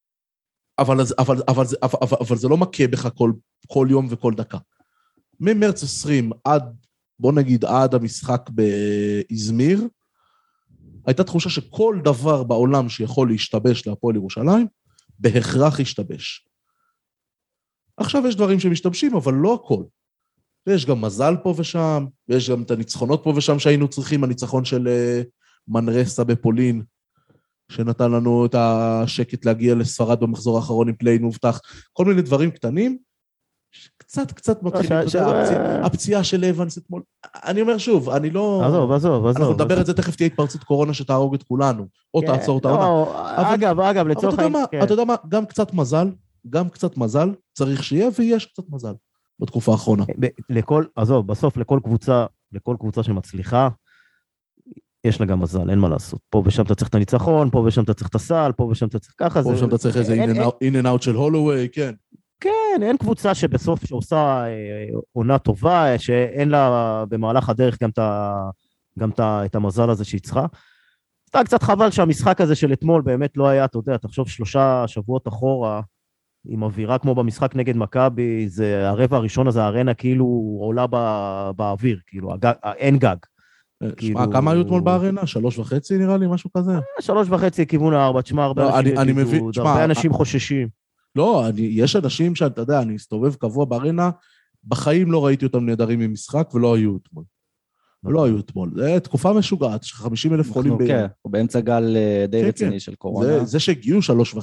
אבל זה לא מכה בך כל יום וכל דקה. ממרץ 20 עד, בוא נגיד, עד המשחק באזמיר, הייתה תחושה שכל דבר בעולם שיכול להשתבש להפועל ירושלים, בהכרח ישתבש. עכשיו יש דברים שמשתבשים, אבל לא הכל. ויש גם מזל פה ושם, ויש גם את הניצחונות פה ושם שהיינו צריכים, הניצחון של מנרסה בפולין, שנתן לנו את השקט להגיע לספרד במחזור האחרון עם פליי מובטח, כל מיני דברים קטנים, קצת מתחילים, הפציעה של אבנס אתמול, אני אומר שוב, אני לא... עזוב. אנחנו נדבר את זה, תכף תהיה התפרצות קורונה שתהרוג את כולנו, או תעצור את העונה. אגב, לצורך העניין... אתה יודע מה, גם קצת מזל, צריך שיהיה, ויש קצת מזל בתקופה האחרונה. בסוף לכל קבוצה שמצליחה, יש לה גם מזל, אין מה לעשות. פה ושם אתה צריך את הניצחון, פה ושם אתה צריך את הסל, פה ושם אתה צריך ככה. פה ושם אתה צריך איזה in and out של הולווי, כן. כן, אין קבוצה שבסוף שעושה עונה טובה, שאין לה במהלך הדרך גם את המזל הזה שהיא צריכה. אתה קצת חבל שהמשחק הזה של אתמול באמת לא היה, אתה יודע, תחשוב 3 שבועות אחורה, עם אווירה כמו במשחק נגד מכבי, זה הרבע הראשון הזה, הארנה כאילו עולה באוויר, כאילו, אין גג. כמה היו אתמול בארנה? 3.5 נראה לי, משהו כזה? 3.5 כיוון 4, תשמע, הרבה אנשים חוששים. לא, יש אנשים שאתה יודע, אני אסתובב קבוע בארנה, בחיים לא ראיתי אותם נהדרים ממשחק, ולא היו אתמול. זה תקופה משוגעת, 50,000 חולים ביום. כן, או באמצע גל די רציני של קורונה. זה שהגיעו 3.5,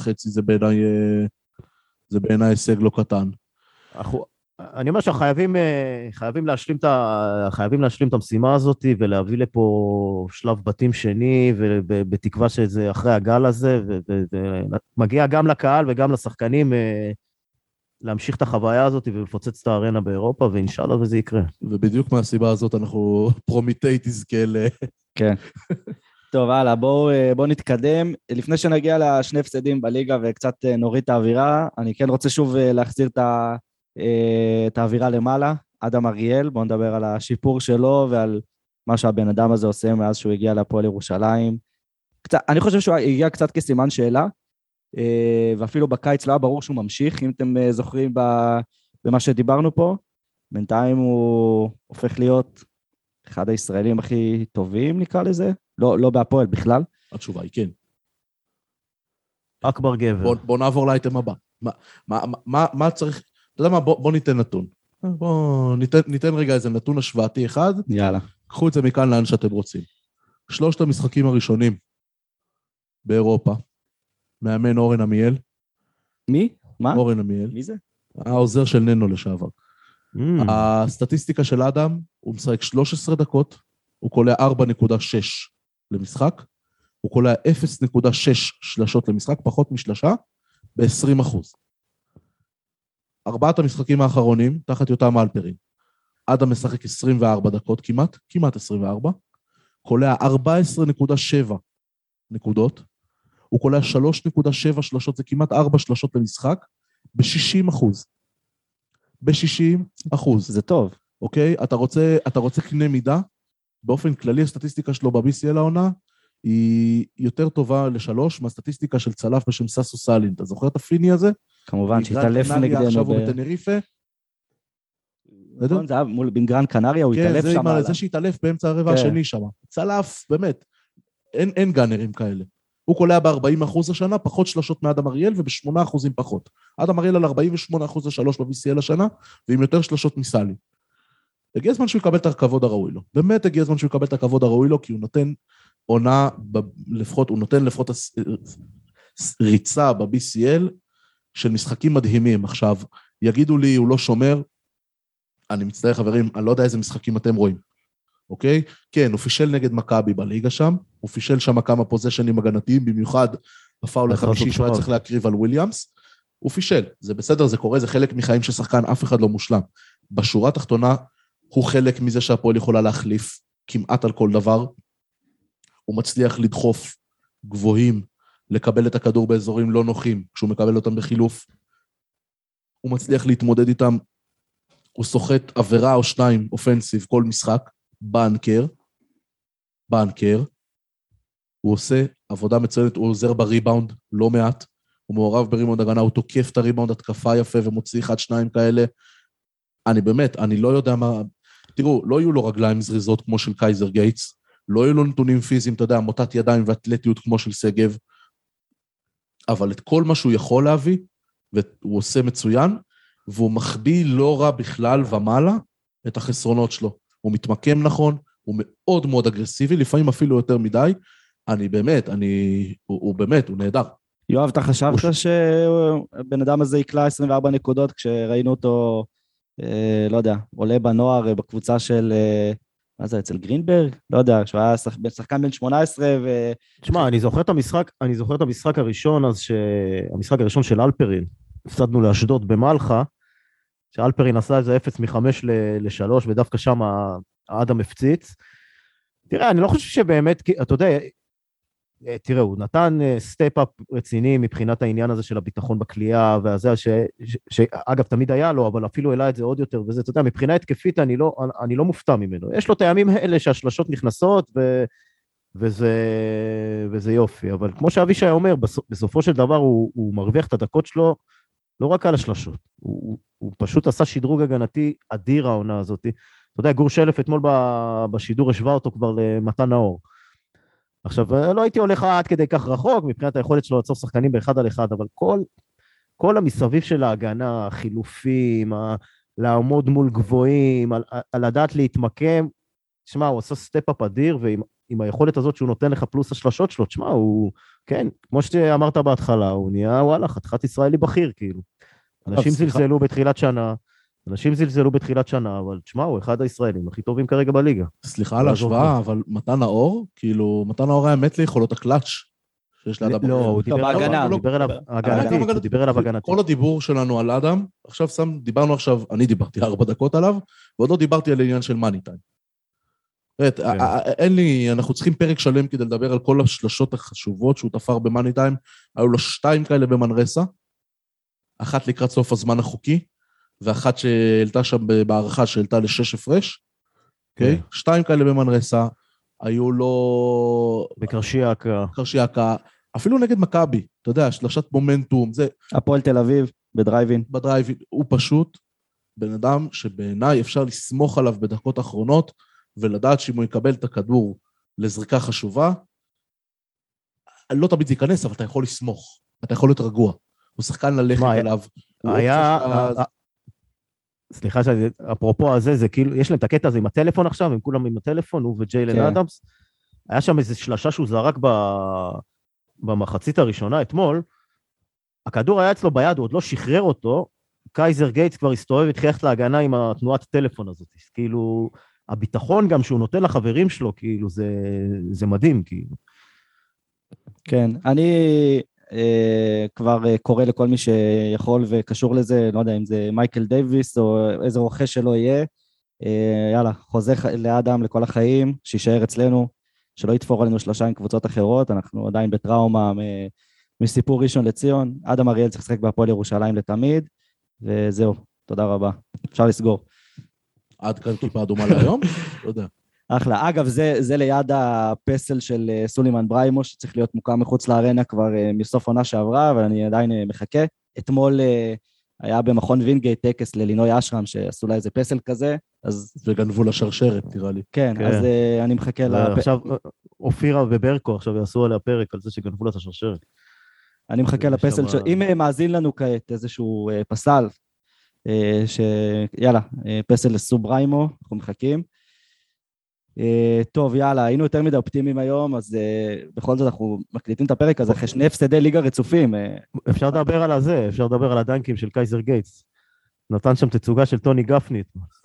זה בעיניי הישג לא קטן. אני אומר שחייבים להשלים את המשימה הזאת, ולהביא לפה שלב בתים שני, ובתקווה שזה אחרי הגל הזה, ומגיע גם לקהל וגם לשחקנים להמשיך את החוויה הזאת, ולפוצץ את הארנה באירופה, ואינשאללה וזה יקרה. ובדיוק מהסיבה הזאת אנחנו פרומיטי תזכה כן. טוב, הלאה, בואו נתקדם. לפני שנגיע לשני הפסדים בליגה, וקצת נוריד את האווירה, אני כן רוצה שוב להחזיר את האווירה למעלה, אדם אריאל, בואו נדבר על השיפור שלו, ועל מה שהבן אדם הזה עושה מאז שהוא הגיע להפועל ירושלים. אני חושב שהוא הגיע קצת כסימן שאלה, ואפילו בקיץ לא היה ברור שהוא ממשיך, אם אתם זוכרים במה שדיברנו פה, בינתיים הוא הופך להיות אחד הישראלים הכי טובים, נקרא לזה, לא בהפועל בכלל. התשובה היא כן. אכבר גבר. בוא נעבור לאייטם הבא. מה צריך... אתה יודע מה, בוא ניתן נתון. ניתן רגע איזה נתון השוואתי אחד. יאללה. קחו את זה מכאן לאן שאתם רוצים. 3 המשחקים הראשונים באירופה, מאמן אורן עמיאל. מי? מה? אורן עמיאל. מי זה? העוזר של ננו לשעבר. הסטטיסטיקה של אדם, הוא משחק 13 דקות, הוא קולע 4.6 למשחק, הוא קולע 0.6 שלשות למשחק, פחות משלשה, ב-20%. 4 המשחקים האחרונים, תחת יותם אלפרין. אדם משחק 24 דקות כמעט 24, קולע 14.7 נקודות, הוא קולע 3.7 שלשות, זה כמעט 4 שלשות למשחק, ב-60%. ב-60%. זה טוב. אוקיי? אתה רוצה קנה מידה? באופן כללי, הסטטיסטיקה שלו ב-BCL העונה, היא יותר טובה ל3 מהסטטיסטיקה של צלף בשם ססו סלין. אתה זוכר את הפיני הזה? כמובן, שהתעלף נגדנו. עכשיו הוא בטנריפה. נכון, זה היה מול בגרן קנריה, הוא התעלף שם. כן, זה שהתעלף באמצע הרבע השני שם. צלף, באמת, אין גאנרים כאלה. הוא קולע ב-40% השנה, פחות שלשות מאדם אריאל, וב-8% פחות. אדם אריאל על 48% לשלוש ב-BCL השנה, ועם יותר שלשות מסלי. הגיע הזמן שהוא יקבל את הכבוד הראוי לו. באמת הגיע הזמן שהוא יקבל את הכבוד הראוי לו, כי הוא נותן עונה, לפחות, הוא נותן לפחות ריצה ב-BCL, של משחקים מדהימים. עכשיו, יגידו לי, הוא לא שומר, אני מצטער חברים, אני לא יודע איזה משחקים אתם רואים, אוקיי? כן, הוא פישל נגד מכבי בליגה שם, הוא פישל שם כמה פוזיישנים הגנתיים, במיוחד בפאול החמישי שהוא היה צריך להקריב על וויליאמס, הוא פישל, זה בסדר, זה קורה, זה חלק מחיים של שחקן, אף אחד לא מושלם. בשורה התחתונה, הוא חלק מזה שהפועל יכולה להחליף כמעט על כל דבר, הוא מצליח לדחוף גבוהים, לקבל את הכדור באזורים לא נוחים, כשהוא מקבל אותם בחילוף, הוא מצליח להתמודד איתם, הוא סוחט עבירה או שניים אופנסיב כל משחק, בנקר, הוא עושה עבודה מצוינת, הוא עוזר בריבאונד לא מעט, הוא מעורב בריבאונד הגנה, הוא תוקף את הריבאונד התקפה יפה ומוציא 1-2 כאלה, אני לא יודע מה, תראו, לא יהיו לו רגליים זריזות כמו של קייזר גייטס, לא יהיו לו נתונים פיזיים, אתה יודע, מוטת ידיים ואתלטיות כמו של סגב, אבל את כל מה שהוא יכול להביא, והוא עושה מצוין, והוא מחביא לא רע בכלל ומעלה את החסרונות שלו. הוא מתמקם נכון, הוא מאוד מאוד אגרסיבי, לפעמים אפילו יותר מדי, הוא נהדר. יואב, אתה חשבת שבן אדם הזה יקלה 24 נקודות, כשראינו אותו, לא יודע, עולה בנוער בקבוצה של, מה זה, אצל גרינברג? לא יודע, שהוא היה שחקן בן 18 תשמע, אני זוכר את המשחק הראשון, המשחק הראשון של אלפרין, הפסדנו לאשדוד במלחה, שאלפרין עשה איזה 0-5 ל-3, ודווקא שם האדם הפציץ. תראה, אני לא חושב שבאמת, אתה יודע, תראה, הוא נתן סטייפ-אפ רציני מבחינת העניין הזה של הביטחון בקליעה, והזה שאגב תמיד היה לו, אבל אפילו העלה את זה עוד יותר, וזה, אתה יודע, מבחינה התקפית אני לא מופתע ממנו. יש לו טעמים האלה שהשלשות נכנסות, וזה יופי, אבל כמו שאבישי אומר, בסופו של דבר הוא מרוויח את הדקות שלו, לא רק על השלשות, הוא פשוט עשה שדרוג הגנתי אדיר העונה הזאת. אתה יודע, גור שלף אתמול בשידור השווה אותו כבר למתן נאור. עכשיו, לא הייתי הולך עד כדי כך רחוק, מבחינת היכולת שלו לעצור שחקנים באחד על אחד, אבל כל המסביב של ההגנה, החילופים, לעמוד מול גבוהים, על לדעת להתמקם, תשמע, הוא עשה סטפ-אפ אדיר, ועם היכולת הזאת שהוא נותן לך פלוס השלשות שלו, תשמע, הוא, כן, כמו שאמרת בהתחלה, הוא נהיה, וואלה, חתיכת ישראלי בכיר, כאילו. אנשים זלזלו בתחילת שנה, אבל תשמע, הוא אחד הישראלים הכי טובים כרגע בליגה. סליחה על ההשוואה, אבל מתן נאור, כאילו, מתן נאור היה מת לאכול את הקלאץ' שיש לאדם. לא, הוא דיבר עליו הגנתי. כל הדיבור שלנו על אדם, אני דיברתי 4 דקות עליו, ועוד לא דיברתי על העניין של מאני טיים. אנחנו צריכים פרק שלם כדי לדבר על כל השלשות החשובות שהוא תפר במאני טיים, היו לו 2 כאלה במנרסה, אחת לקראת סוף הזמן החוקי, ואחת שהעלתה שם בערכה שהעלתה ל6 הפרש, 2 כאלה במנרסה, היו לו... בקרשיאקה, אפילו נגד מכבי, אתה יודע, שלשת מומנטום, זה... הפועל תל אביב, בדרייבין, הוא פשוט בן אדם שבעיניי אפשר לסמוך עליו בדקות האחרונות, ולדעת שאם הוא יקבל את הכדור לזריקה חשובה, לא תמיד זה ייכנס, אבל אתה יכול לסמוך, אתה יכול להיות רגוע, הוא שחקן ללכת עליו. סליחה, אפרופו הזה, זה כאילו, יש להם את הקטע הזה עם הטלפון עכשיו, הם כולם עם הטלפון, הוא וג'יילן אדמס, היה שם איזו שלשה שהוא זרק במחצית הראשונה אתמול, הכדור היה אצלו ביד, הוא עוד לא שחרר אותו, קייזר גייטס כבר הסתובב התחיח להגנה עם התנועת הטלפון הזאת, כאילו, הביטחון גם שהוא נותן לחברים שלו, כאילו, זה מדהים, כאילו. כן, אני כבר קורא לכל מי שיכול וקשור לזה, לא יודע אם זה מייקל דייביס או איזה רוכש שלו יהיה, יאללה, חוזה לאדם לכל החיים, שישאר אצלנו, שלא יתפור עלינו 3 עם קבוצות אחרות, אנחנו עדיין בטראומה מסיפור ראשון לציון, אדם אריאל צריך לשחק בהפועל ירושלים לתמיד, וזהו, תודה רבה, אפשר לסגור. עד כאן כיפה אדומה להיום? לא יודע. אחלה. אגב, זה ליד הפסל של סולימן בריימו, שצריך להיות מוקם מחוץ לארנה כבר מסוף עונה שעברה, אבל אני עדיין מחכה. אתמול היה במכון וינגייט טקס ללינוי אשרם, שעשו לה איזה פסל כזה, אז... וגנבו לשרשרת, תראה לי. כן, אז אני מחכה עכשיו, אופירה וברקו עכשיו יעשו עליה פרק על זה שגנבו לה את השרשרת. אני מחכה לפסל, אם מאזין לנו כעת איזשהו פסל, שיאללה, פסל לסוב בריימו, אנחנו מחכים. טוב, יאללה, היינו יותר מדי אופטימיים היום, אז בכל זאת אנחנו מקליטים את הפרק הזה אחרי 2 הפסדי ליגה רצופים. אפשר לדבר על הזה, אפשר לדבר על הדנקים של קייזר גייטס. נתן שם תצוגה של טוני גפני.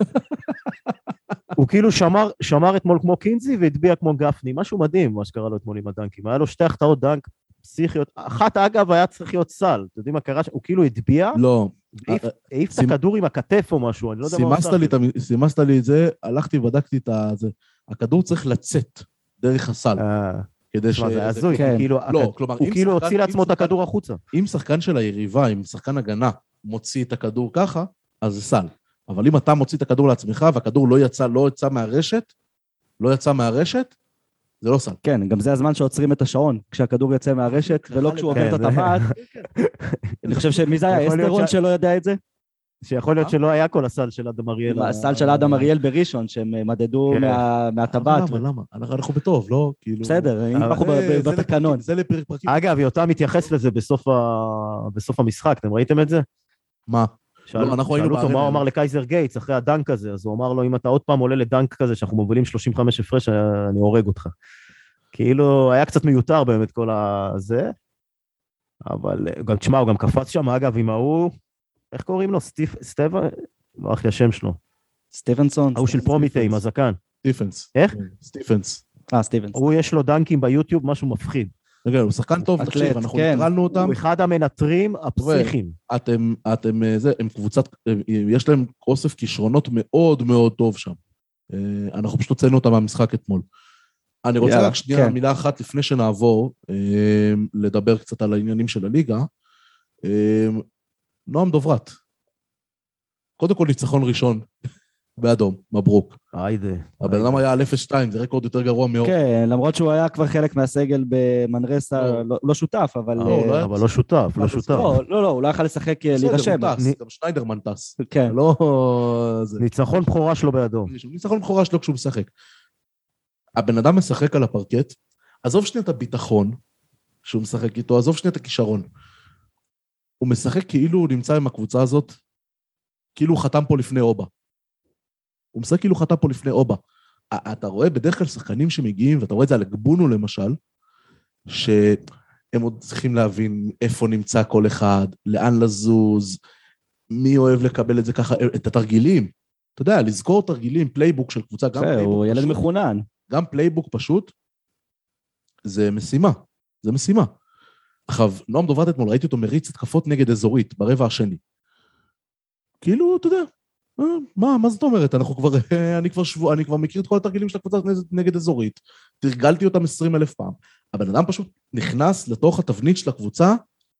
הוא כאילו שמר אתמול כמו קינזי והטביע כמו גפני, משהו מדהים מה שקרה לו אתמול עם הדנקים. היה לו 2 החטאות דנק פסיכיות, אחת אגב היה צריך להיות סל, אתה יודעים מה קרה? הוא כאילו הטביע, לא. העיף את הכדור עם הכתף או משהו, אני לא יודע מה עושה. סימסת לי את זה, הלכתי ובדקתי את זה. הכדור צריך לצאת דרך הסל. כדי ש... זה הזוי, הוא כאילו הוציא לעצמו את הכדור החוצה. אם שחקן של היריבה, אם שחקן הגנה מוציא את הכדור ככה, אז זה סל. אבל אם אתה מוציא את הכדור לעצמך, והכדור לא יצא מהרשת, זה לא סל. כן, גם זה הזמן שעוצרים את השעון, כשהכדור יוצא מהרשת, ולא כשהוא עובר את הטבעת. אני חושב שמי זה היה? אסטרון שלא יודע את זה? שיכול להיות שלא היה כל הסל של אדם אריאל. הסל של אדם אריאל בראשון, שהם מדדו מהטבעת. למה? אנחנו בטוב, לא? בסדר, אנחנו בתקנון. אגב, יותם מתייחס לזה בסוף המשחק, אתם ראיתם את זה? מה? שאלו אותו מה הוא אמר לקייזר גייטס אחרי הדנק הזה, אז הוא אמר לו, אם אתה עוד פעם עולה לדנק כזה, שאנחנו מובילים 35 הפרש, אני הורג אותך. כאילו, היה קצת מיותר באמת כל הזה, אבל גם תשמע, הוא גם קפץ שם, אגב, עם ההוא, איך קוראים לו? סטבן? ברח לי השם שלו. סטיבנסון? ההוא של פרומיטי עם הזקן. סטיפנס. איך? סטיפנס. סטיבנס. הוא יש לו דנקים ביוטיוב, משהו מפחיד. רגע, הוא שחקן טוב, תקשיב, אנחנו נטרלנו אותם. הוא אחד המנטרים הפסיכיים. הם קבוצת, יש להם אוסף כישרונות מאוד מאוד טוב שם. אנחנו פשוט הוצאנו אותם מהמשחק אתמול. אני רוצה רק שנייה, מילה אחת לפני שנעבור, לדבר קצת על העניינים של הליגה. נועם דוברת. קודם כל ניצחון ראשון. באדום, מברוק. הבן אדם היה על 0-2, זה רקורד יותר גרוע מאוד. כן, למרות שהוא היה כבר חלק מהסגל במנרסה, לא שותף, אבל... אבל לא שותף, לא שותף. לא, הוא לא יכול לשחק להירשם. גם שניידרמן טס. כן. ניצחון בחורה שלו באדום. ניצחון בחורה שלו כשהוא משחק. הבן אדם משחק על הפרקט, עזוב שנייה את הביטחון שהוא משחק איתו, עזוב שנייה את הכישרון. הוא משחק כאילו הוא נמצא עם הקבוצה הזאת, כאילו הוא חתם פה לפני אובה. הוא משחק כאילו חתם פה לפני אובה. אתה רואה בדרך כלל שחקנים שמגיעים, ואתה רואה את זה על הגבונו למשל, שהם עוד צריכים להבין איפה נמצא כל אחד, לאן לזוז, מי אוהב לקבל את זה ככה, את התרגילים. אתה יודע, לזכור תרגילים, פלייבוק של קבוצה, גם פלייבוק הוא ילד מחונן. גם פלייבוק פשוט, זה משימה. זה משימה. עכשיו, נועם דוברת אתמול, ראיתי אותו מריץ התקפות נגד אזורית, ברבע השני. כאילו, אתה יודע, מה זאת אומרת? אני כבר מכיר את כל התרגילים של הקבוצה נגד אזורית, תרגלתי אותם 20,000 פעם. הבן אדם פשוט נכנס לתוך התבנית של הקבוצה,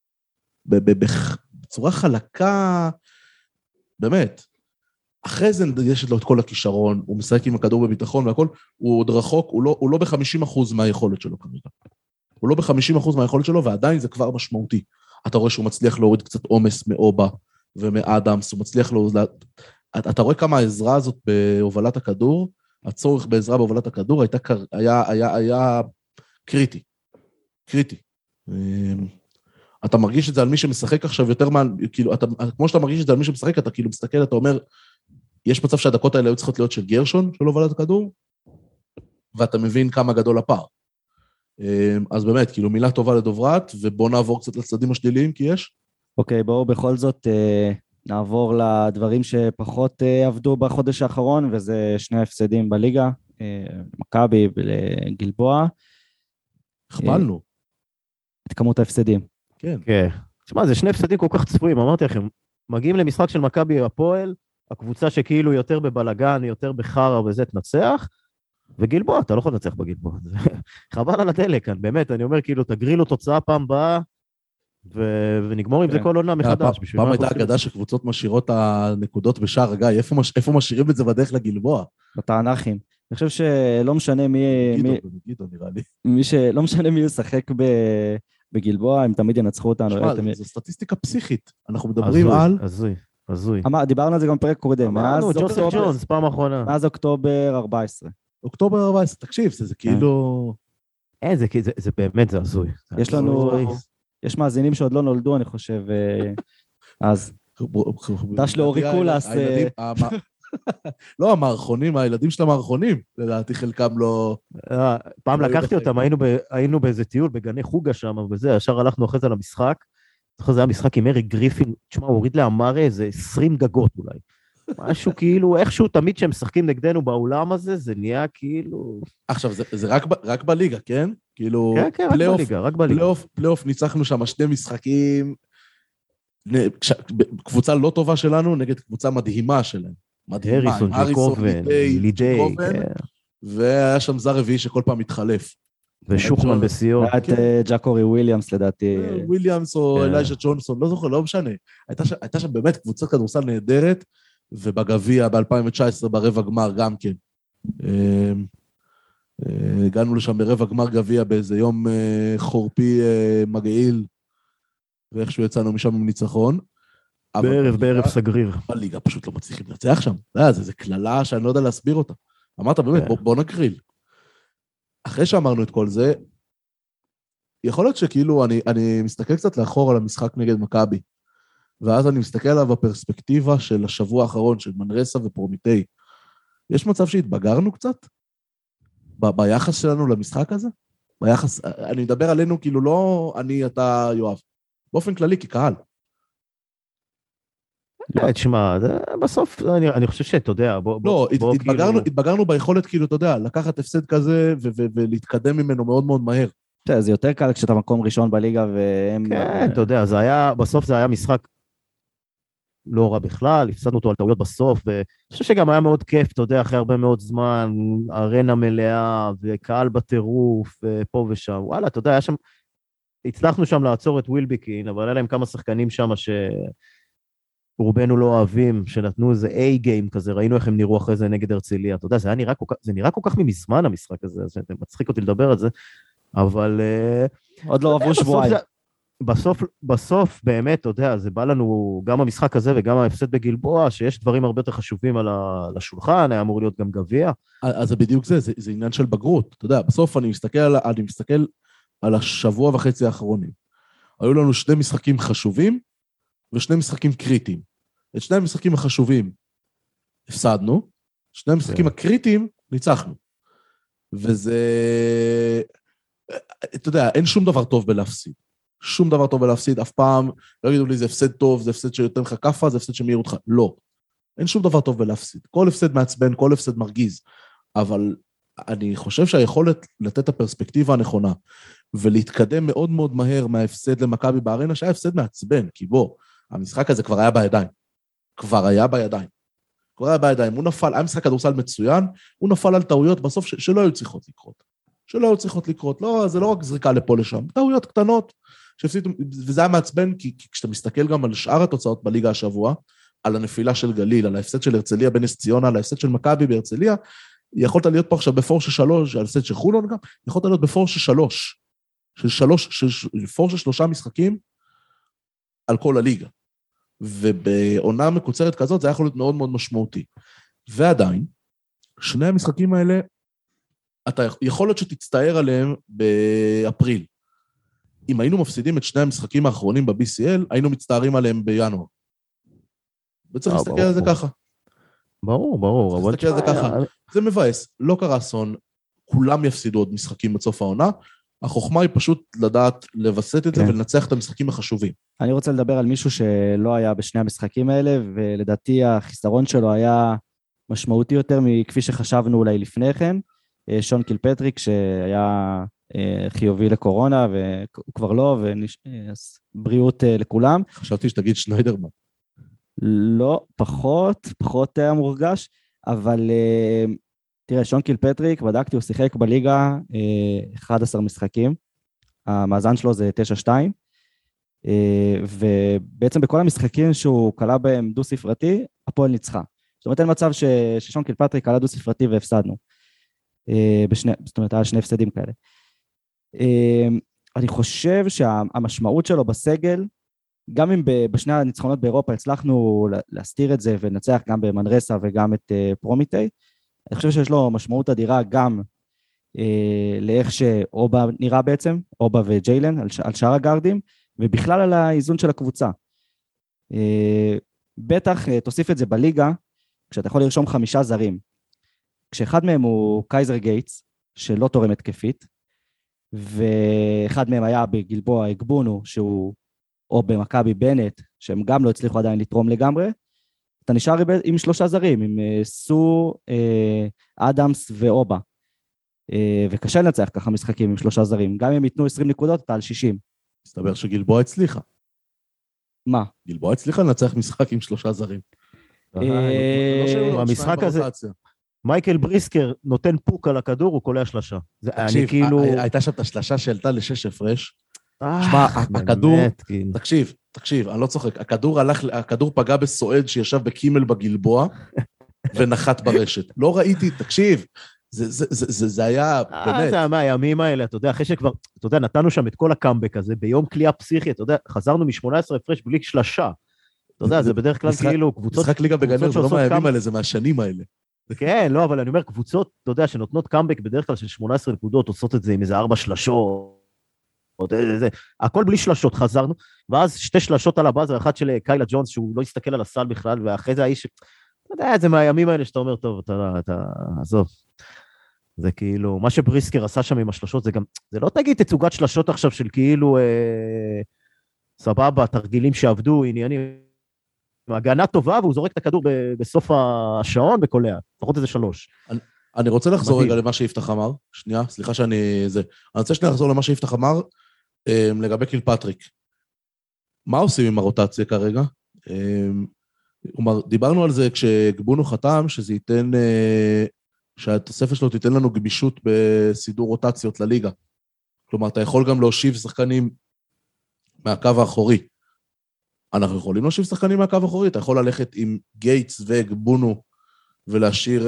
בצורה חלקה, באמת. אחרי זה יש לו את כל הכישרון, הוא משחק עם הכדור בביטחון והכל, הוא עוד רחוק, הוא לא ב-50% מהיכולת שלו כרגע. הוא לא ב-50% מהיכולת שלו, ועדיין זה כבר משמעותי. אתה רואה שהוא מצליח להוריד קצת עומס מאובה ומאדמס, הוא מצליח אתה רואה כמה העזרה הזאת בהובלת הכדור, הצורך בעזרה בהובלת הכדור היה קריטי. קריטי. אתה מרגיש את זה על מי שמשחק עכשיו יותר כאילו, כמו שאתה מרגיש את זה על מי שמשחק, אתה כאילו מסתכל, אתה אומר, יש מצב שהדקות האלה היו צריכות להיות של גרשון, של הובלת הכדור, ואתה מבין כמה גדול הפער. אז באמת, כאילו מילה טובה לדוברת, ובוא נעבור קצת לצדדים השליליים, כי יש. אוקיי, בואו בכל זאת נעבור לדברים שפחות עבדו בחודש האחרון, וזה 2 הפסדים בליגה, מכבי ולגלבוע. הכפלנו. את כמות ההפסדים. כן. כן. תשמע, זה 2 הפסדים כל כך צפויים, אמרתי לכם, מגיעים למשחק של מכבי הפועל, הקבוצה שכאילו יותר בבלגן, יותר בחרה וזה תנצח, וגלבוע, אתה לא יכול לנצח בגלבוע. חבל על הדלק כאן, באמת, אני אומר כאילו, תגרילו תוצאה פעם באה, ונגמור עם זה כל עונה מחדש. פעם הייתה אגדה שקבוצות משאירות הנקודות בשער, גיא, איפה משאירים את זה בדרך לגלבוע? בתענכים. אני חושב שלא משנה מי... גידו, נראה לי. לא משנה מי ישחק בגלבוע, הם תמיד ינצחו אותנו. זו סטטיסטיקה פסיכית. אנחנו מדברים על... הזוי. דיברנו על זה גם פרק קודם. אמרנו, ג'וסף ג'ונס, פעם האחרונה. מאז אוקטובר 14. אוקטובר 14, תקשיב, זה כאילו... אין, זה באמת, זה הזוי. יש לנו... יש מאזינים שעוד לא נולדו, אני חושב, אז... דש לאורי קולס... לא, המערכונים, הילדים של המערכונים, לדעתי חלקם לא... פעם לא היו לקחתי אותם, היינו באיזה טיול בגני חוגה שם, וזה, ישר הלכנו אחרי זה למשחק. אחרי זה היה משחק עם אריק גריפין, תשמע, הוא הוריד לאמרה איזה 20 גגות אולי. משהו כאילו, איכשהו תמיד שהם משחקים נגדנו באולם הזה, זה נהיה כאילו... עכשיו, זה רק בליגה, כן? כאילו... כן, רק בליגה. פלייאוף ניצחנו שם 2 משחקים, קבוצה לא טובה שלנו נגד קבוצה מדהימה שלהם. מדהימה. הריסון, ג'קובן, ליג'יי. והיה שם זר רביעי שכל פעם מתחלף. ושוחמן בסיום. היה את ג'קורי וויליאמס לדעתי. וויליאמס או אלייז'ה ג'ונסון, לא זוכר, לא משנה. הייתה שם באמת קבוצת כדורסל נהדרת, ובגביע ב-2019 ברבע גמר גם כן. הגענו לשם ברבע גמר גביע באיזה יום חורפי מגעיל, ואיכשהו יצאנו משם עם ניצחון. בערב סגריר. בליגה פשוט לא מצליחים לנצח שם. זה כללה שאני לא יודע להסביר אותה. אמרת באמת, בוא נקריל. אחרי שאמרנו את כל זה, יכול להיות שכאילו אני מסתכל קצת לאחור על המשחק נגד מכבי, ואז אני מסתכל עליו בפרספקטיבה של השבוע האחרון, של מנרסה ופרומיטי. יש מצב שהתבגרנו קצת? ביחס שלנו למשחק הזה? ביחס, אני מדבר עלינו כאילו לא אני, אתה, יואב. באופן כללי, כקהל. תשמע, בסוף, אני חושב שאתה יודע, לא, התבגרנו ביכולת, כאילו, אתה יודע, לקחת הפסד כזה ולהתקדם ממנו מאוד מאוד מהר. זה יותר קל כשאתה מקום ראשון בליגה והם... כן, אתה יודע, בסוף זה היה משחק לא רע בכלל, הפסדנו אותו על טעויות בסוף, ואני חושב שגם היה מאוד כיף, אתה יודע, אחרי הרבה מאוד זמן, ארנה מלאה, וקהל בטירוף, ופה ושם, וואלה, אתה יודע, היה שם, הצלחנו שם לעצור את ווילביקין, אבל היה להם כמה שחקנים שם רובנו לא אוהבים, שנתנו איזה A-game כזה, ראינו איך הם נראו אחרי זה נגד הרצליה, אתה יודע, זה נראה כל כך ממזמן המשחק הזה, זה מצחיק אותי לדבר על זה, אבל... עוד לא עברו שבועיים. בסוף, באמת, אתה יודע, זה בא לנו, גם המשחק הזה וגם ההפסד בגלבוע, שיש דברים הרבה יותר חשובים על השולחן, היה אמור להיות גם גביע. אז זה בדיוק זה עניין של בגרות, אתה יודע, בסוף אני מסתכל על השבוע וחצי האחרונים. היו לנו 2 משחקים חשובים, ו2 משחקים קריטיים. את 2 המשחקים החשובים הפסדנו, 2 המשחקים הקריטיים ניצחנו. וזה, אתה יודע, אין שום דבר טוב בלהפסיד. שום דבר טוב בלהפסיד, אף פעם, לא יגידו לי, זה הפסד טוב, זה הפסד שיותר לך כפה, זה הפסד שמאיר אותך. לא. אין שום דבר טוב בלהפסיד. כל הפסד מעצבן, כל הפסד מרגיז. אבל אני חושב שהיכולת לתת את הפרספקטיבה הנכונה, ולהתקדם מאוד מאוד מהר מההפסד למכבי בארנה, שהיה הפסד מעצבן, כי בוא, המשחק הזה כבר היה בידיים. הוא נפל, היה משחק כדורסל מצוין, הוא נפל על טעויות בסוף שלא היו צריכות לקרות. לא, זה לא רק זריקה לפה לשם, טעויות קטנות, וזה היה מעצבן, כי כשאתה מסתכל גם על שאר התוצאות בליגה השבוע, על הנפילה של גליל, על ההפסד של הרצליה בנס ציונה, על ההפסד של מכבי בהרצליה, יכולת להיות פה עכשיו בפורשה 3, על ההפסד של חולון גם, יכולת להיות בפורשה 3, פורשה 3 משחקים, על כל הליגה. ובעונה מקוצרת כזאת, זה היה יכול להיות מאוד מאוד משמעותי. ועדיין, 2 המשחקים האלה, אתה יכול להיות שתצטער עליהם באפריל. אם היינו מפסידים את 2 המשחקים האחרונים ב-BCL, היינו מצטערים עליהם בינואר. וצריך להסתכל על זה ככה. ברור. להסתכל על זה ככה. זה מבאס, לא קרה אסון, כולם יפסידו עוד משחקים בסוף העונה, החוכמה היא פשוט לדעת לבסט את זה ולנצח את המשחקים החשובים. אני רוצה לדבר על מישהו שלא היה בשני המשחקים האלה, ולדעתי החיסרון שלו היה משמעותי יותר מכפי שחשבנו אולי לפני כן, שון קילפטריק שהיה חיובי לקורונה, והוא כבר לא, ובריאות לכולם. חשבתי שתגיד שניידרמן. לא, פחות היה מורגש, אבל תראה, שון קילפטריק, בדקתי, הוא שיחק בליגה 11 משחקים, המאזן שלו זה 9-2, ובעצם בכל המשחקים שהוא קלה בהם דו ספרתי, הפועל ניצחה. זאת אומרת, אין מצב ששון קילפטריק קלה דו ספרתי והפסדנו. זאת אומרת, היה 2 הפסדים כאלה. אני חושב שהמשמעות שלו בסגל, גם אם בשני הניצחונות באירופה הצלחנו להסתיר את זה ונצח גם במנרסה וגם את פרומיטי, אני חושב שיש לו משמעות אדירה גם לאיך שאובה נראה בעצם, אובה וג'יילן על שאר הגארדים, ובכלל על האיזון של הקבוצה. בטח תוסיף את זה בליגה, כשאתה יכול לרשום 5 זרים, כשאחד מהם הוא קייזר גייטס, שלא תורם התקפית, ואחד מהם היה בגלבוע אגבונו, שהוא או במכבי בנט, שהם גם לא הצליחו עדיין לתרום לגמרי, אתה נשאר עם 3 זרים, עם סו, אדמס ואובה. וקשה לנצח ככה משחקים עם 3 זרים. גם אם ייתנו 20 נקודות, אתה על 60. מסתבר שגלבוע הצליחה. מה? גלבוע הצליחה לנצח משחק עם 3 זרים. המשחק הזה, מייקל בריסקר נותן פוק על הכדור, הוא קולע שלשה. תקשיב, הייתה שם את השלשה שעלתה ל6 הפרש. שמע, הכדור, תקשיב, אני לא צוחק, הכדור פגע בסועד שישב בקימל בגלבוע, ונחת ברשת. לא ראיתי, תקשיב, זה היה באמת. זה מהימים האלה, אתה יודע, אחרי שכבר, אתה יודע, נתנו שם את כל הקאמבק הזה, ביום קליעה פסיכי, אתה יודע, חזרנו מ-18 הפרש בלי שלשה. אתה יודע, זה בדרך כלל כאילו קבוצות... משחק ליגה בגנר, זה לא מהימים האלה, זה מהשנים האלה. כן, לא, אבל אני אומר, קבוצות, אתה יודע, שנותנות קאמבק בדרך כלל של 18 נקודות, עושות את זה עם איזה 4 שלשות, הכל בלי שלשות, חזרנו, ואז 2 שלשות על הבאז, ואחת של קיילה ג'ונס, שהוא לא הסתכל על הסל בכלל, ואחרי זה האיש, אתה יודע, זה מהימים האלה שאתה אומר, טוב, אתה, עזוב. זה כאילו, מה שבריסקר עשה שם עם השלשות, זה גם, זה לא תגיד תצוגת שלשות עכשיו של כאילו, סבבה, תרגילים שעבדו, עניינים, הגנה טובה, והוא זורק את הכדור בסוף השעון וקולע, לפחות איזה 3. אני רוצה לחזור רגע למה שיפתח אמר, שנייה, סליחה שאני... אני רוצה שנייה לחזור למה שיפתח אמר, לגבי קילפטריק. מה עושים עם הרוטציה כרגע? דיברנו על זה כשגבונו חתם, שזה ייתן... שהתוספת שלו תיתן לנו גמישות בסידור רוטציות לליגה. כלומר, אתה יכול גם להושיב שחקנים מהקו האחורי. אנחנו יכולים להושיב שחקנים מהקו האחורי, אתה יכול ללכת עם גייטס וגבונו, ולהשאיר,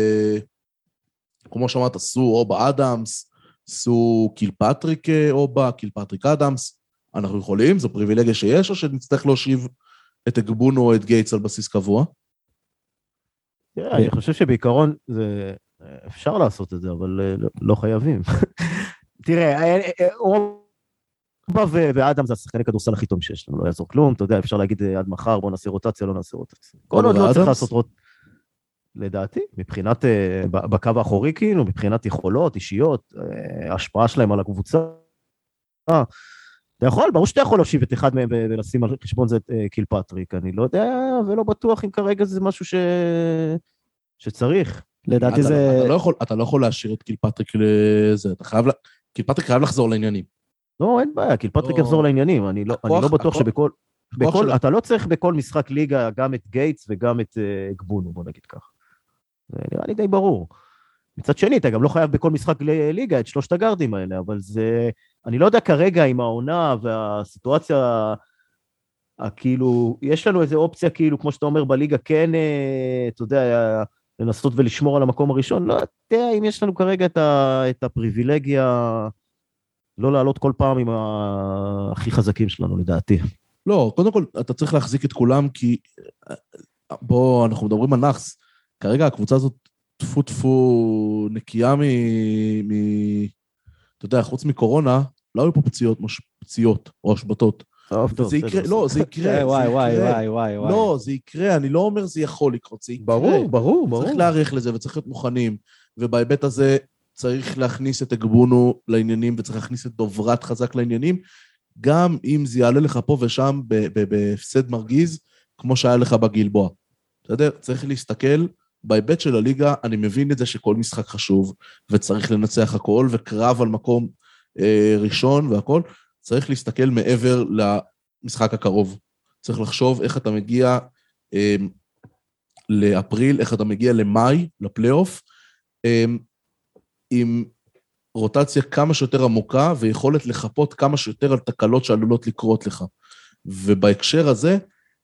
כמו שאמרת, סו אובה אדמס, סו קילפטריק אובה, קילפטריק אדמס. אנחנו יכולים, זו פריבילגיה שיש, או שנצטרך להושיב את גבונו או את גייטס על בסיס קבוע? אני חושב שבעיקרון אפשר לעשות את זה, אבל לא חייבים. תראה, אובה ואדם זה השחקני כדורסל הכי טוב שיש לנו, לא יעזור כלום, אתה יודע, אפשר להגיד עד מחר, בוא נעשה רוטציה, לא נעשה רוטציה. כל עוד לא צריך לעשות רוטציה. לדעתי, מבחינת, בקו האחורי כאילו, מבחינת יכולות, אישיות, ההשפעה שלהם על הקבוצה, אתה יכול, ברור שאתה יכול להושיב את אחד מהם ולשים על חשבון זה את קילפטריק, אני לא יודע ולא בטוח אם כרגע זה משהו שצריך. לדעתי זה... אתה לא יכול להשאיר את קילפטריק לזה, קילפטריק חייב לחזור לעניינים. לא, אין בעיה, קילפטריק יחזור לעניינים, אני לא בטוח שבכל... אתה לא צריך בכל משחק ליגה גם את גייטס וגם את גבונו, בוא נגיד כך. זה נראה לי די ברור. מצד שני, אתה גם לא חייב בכל משחק ליגה את 3 הגארדים האלה, אבל זה... אני לא יודע כרגע עם העונה והסיטואציה, כאילו, יש לנו איזו אופציה, כאילו, כמו שאתה אומר, בליגה, כן, אתה יודע, לנסות ולשמור על המקום הראשון, לא יודע אם יש לנו כרגע את הפריבילגיה, לא לעלות כל פעם עם הכי חזקים שלנו, לדעתי. לא, קודם כל, אתה צריך להחזיק את כולם, כי בוא, אנחנו מדברים על נחס, כרגע הקבוצה הזאת טפו נקייה אתה יודע, חוץ מקורונה, לא היו פה פציעות או השבתות. זה יקרה, לא, זה יקרה. וואי. לא, זה יקרה, אני לא אומר זה יכול לקרות, זה יקרה. ברור. צריך להעריך לזה וצריך להיות מוכנים, ובהיבט הזה צריך להכניס את הגבונו לעניינים, וצריך להכניס את דוברת חזק לעניינים, גם אם זה יעלה לך פה ושם בהפסד מרגיז, כמו שהיה לך בגלבוע. בסדר? צריך להסתכל, בהיבט של הליגה, אני מבין את זה שכל משחק חשוב, וצריך לנצח הכל, וקרב על מקום ראשון והכל, צריך להסתכל מעבר למשחק הקרוב. צריך לחשוב איך אתה מגיע לאפריל, איך אתה מגיע למאי, לפלייאוף, עם רוטציה כמה שיותר עמוקה, ויכולת לחפות כמה שיותר על תקלות שעלולות לקרות לך. ובהקשר הזה,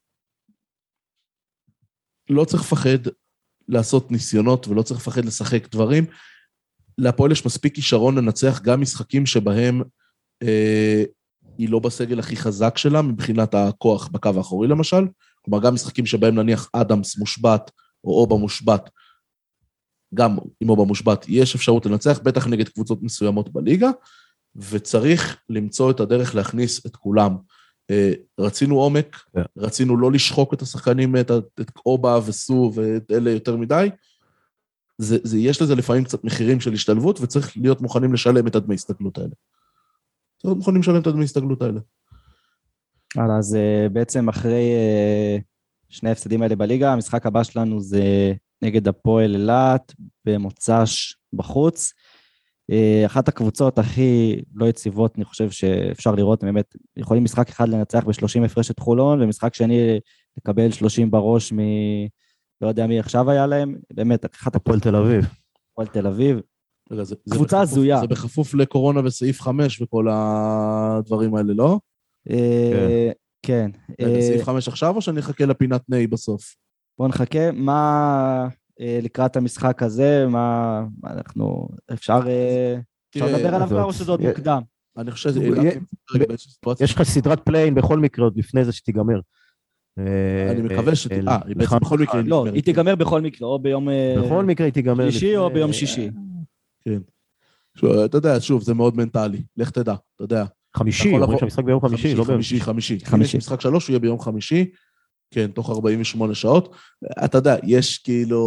לא צריך לפחד לעשות ניסיונות, ולא צריך לפחד לשחק דברים. להפועל יש מספיק כישרון לנצח גם משחקים שבהם היא לא בסגל הכי חזק שלה, מבחינת הכוח בקו האחורי למשל, כלומר גם משחקים שבהם נניח אדמס מושבת, או אובה מושבת, גם עם אובה מושבת, יש אפשרות לנצח, בטח נגד קבוצות מסוימות בליגה, וצריך למצוא את הדרך להכניס את כולם. רצינו עומק, כן. רצינו לא לשחוק את השחקנים, את אובה וסו ואת אלה יותר מדי, יש לזה לפעמים קצת מחירים של השתלבות, וצריך להיות מוכנים לשלם את הדמי הסתגלות האלה. צריך להיות מוכנים לשלם את הדמי הסתגלות האלה. אז בעצם אחרי שני ההפסדים האלה בליגה, המשחק הבא שלנו זה נגד הפועל אילת, במוצ"ש בחוץ. אחת הקבוצות הכי לא יציבות, אני חושב שאפשר לראות, באמת, יכולים משחק אחד לנצח ב-30 הפרש את חולון, ומשחק שני לקבל 30 בראש לא יודע מי עכשיו היה להם, באמת, אחת הפועל תל אביב. הפועל תל אביב. קבוצה הזויה. זה בכפוף לקורונה וסעיף 5 וכל הדברים האלה, לא? כן. סעיף 5 עכשיו, או שאני אחכה לפינת נאי בסוף? בואו נחכה, מה לקראת המשחק הזה, מה אנחנו, אפשר לדבר עליו כבר או שזה עוד מוקדם? אני חושב, יש לך סדרת פליין בכל מקרה עוד לפני זה שתיגמר. אני מקווה בכל מקרה. לא, היא תיגמר בכל מקרה, או ביום בכל מקרה היא תיגמר שלישי או ביום שישי. כן. אתה יודע, שוב, זה מאוד מנטלי. לך תדע, אתה יודע. חמישי, אומרים שהמשחק ביום חמישי, לא ביום חמישי. אם יש משחק 3, הוא יהיה ביום חמישי, כן, תוך 48 שעות. אתה יודע, יש כאילו...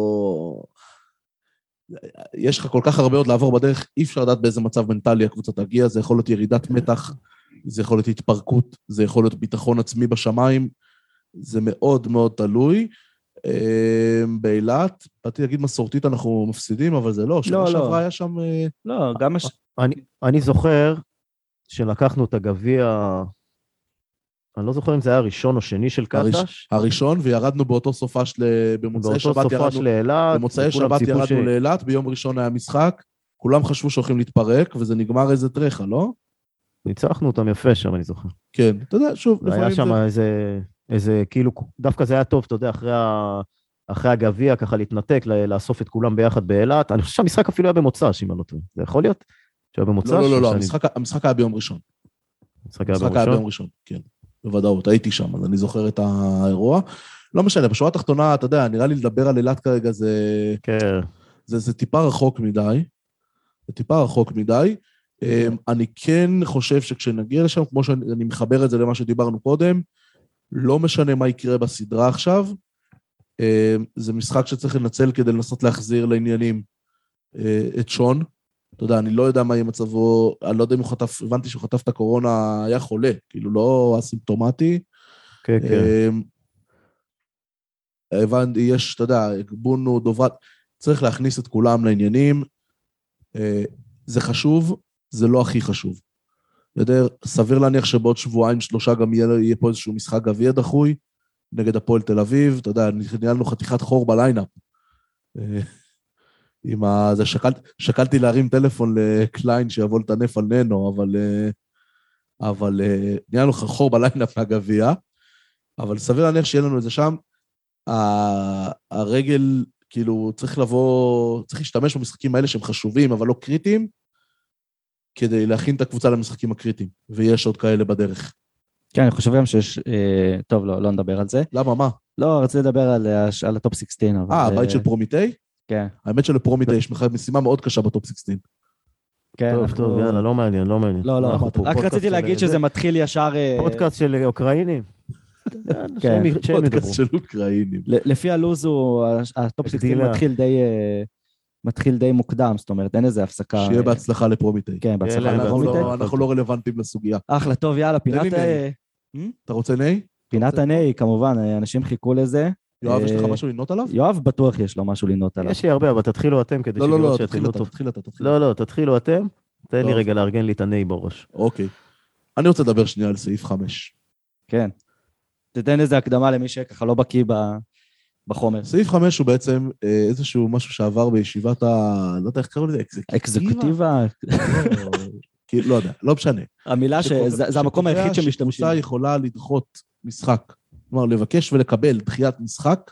יש לך כל כך הרבה עוד לעבור בדרך, אי אפשר לדעת באיזה מצב מנטלי הקבוצה תגיע, זה יכול להיות ירידת מתח, זה יכול להיות התפרקות, זה יכול להיות ביטחון עצמי בשמיים, זה מאוד מאוד תלוי. באילת, באתי להגיד מסורתית אנחנו מפסידים, אבל זה לא, שנה שעברה היה שם... לא, גם... אני זוכר שלקחנו את הגביע, אני לא זוכר אם זה היה הראשון או שני של קטש. הראשון, וירדנו באותו סופש, במוצאי שבת ירדנו לאילת, ביום ראשון היה משחק, כולם חשבו שהולכים להתפרק, וזה נגמר איזה טרחה, לא? ניצחנו אותם יפה שם, אני זוכר. כן, אתה יודע, שוב, היה שם איזה, כאילו, דווקא זה היה טוב, אתה יודע, אחרי הגביע, ככה להתנתק, לאסוף את כולם ביחד באילת. אני חושב שהמשחק אפילו היה במוצא, שאם אני לא טועה. זה יכול להיות? שהיה במוצא? לא, המשחק היה ביום ראשון. המשחק היה ביום ראשון, כן. בוודאות, הייתי שם, אז אני זוכר את האירוע. לא משנה, בשורה התחתונה, אתה יודע, נראה לי לדבר על אילת כרגע, זה טיפה רחוק מדי. זה טיפה רחוק מדי. אני כן חושב שכשנגיע לשם, כמו שאני מחבר את זה למה שדיברנו קודם, לא משנה מה יקרה בסדרה עכשיו, זה משחק שצריך לנצל כדי לנסות להחזיר לעניינים את שון. אתה יודע, אני לא יודע מה יהיה מצבו, אני לא יודע אם הוא חטף, הבנתי שהוא חטף את הקורונה, היה חולה, כאילו לא אסימפטומטי. כן, כן. הבנתי, יש, אתה יודע, בונו, דוברת, צריך להכניס את כולם לעניינים, זה חשוב, זה לא הכי חשוב. יותר, סביר להניח שבעוד שבועיים, 3 גם יהיה פה איזשהו משחק גביע דחוי, נגד הפועל תל אביב, אתה יודע, נהיה לנו חתיכת חור בליינאפ. שקלתי להרים טלפון לקליין שיבוא לטנף על ננו, אבל נהיה לנו חור בליינאפ מהגביע, אבל סביר להניח שיהיה לנו את זה שם, הרגל, כאילו, צריך להשתמש במשחקים האלה שהם חשובים, אבל לא קריטיים, כדי להכין את הקבוצה למשחקים הקריטיים, ויש עוד כאלה בדרך. כן, אני חושב גם שיש... טוב, לא נדבר על זה. למה, מה? לא, רציתי לדבר על הטופ 16. הבית של פרומיטי? כן. האמת שלפרומיטי יש משימה מאוד קשה בטופ 16. כן. טוב, יאללה, לא מעניין. לא, רק רציתי להגיד שזה מתחיל ישר... פודקאסט של אוקראינים. כן. פודקאסט של אוקראינים. לפי הלוז, הטופ 16 מתחיל די מוקדם, זאת אומרת, אין איזה הפסקה... שיהיה בהצלחה לפרומיטי. כן, בהצלחה לפרומיטי. אנחנו לא רלוונטיים לסוגיה. אחלה, טוב, יאללה, פינת... אתה רוצה נאי? פינת הנאי, כמובן, אנשים חיכו לזה. יואב, יש לך משהו לנות עליו? יואב בטוח יש לו משהו לנות עליו. יש לי הרבה, אבל תתחילו אתם כדי לא, תתחילו אתם. תן לי רגע לארגן לי את הנאי בראש. אוקיי. אני רוצה לדבר שנייה על סעיף 5. כן. תתן איזה הקדמה למי שככה לא בקיא בחומר. סעיף 5 הוא בעצם איזשהו משהו שעבר בישיבת לא יודע איך קראו לזה, אקזקוטיבה? לא יודע, לא משנה. המילה שזה המקום היחיד שמשתמשים. שקבוצה יכולה לדחות משחק, כלומר לבקש ולקבל דחיית משחק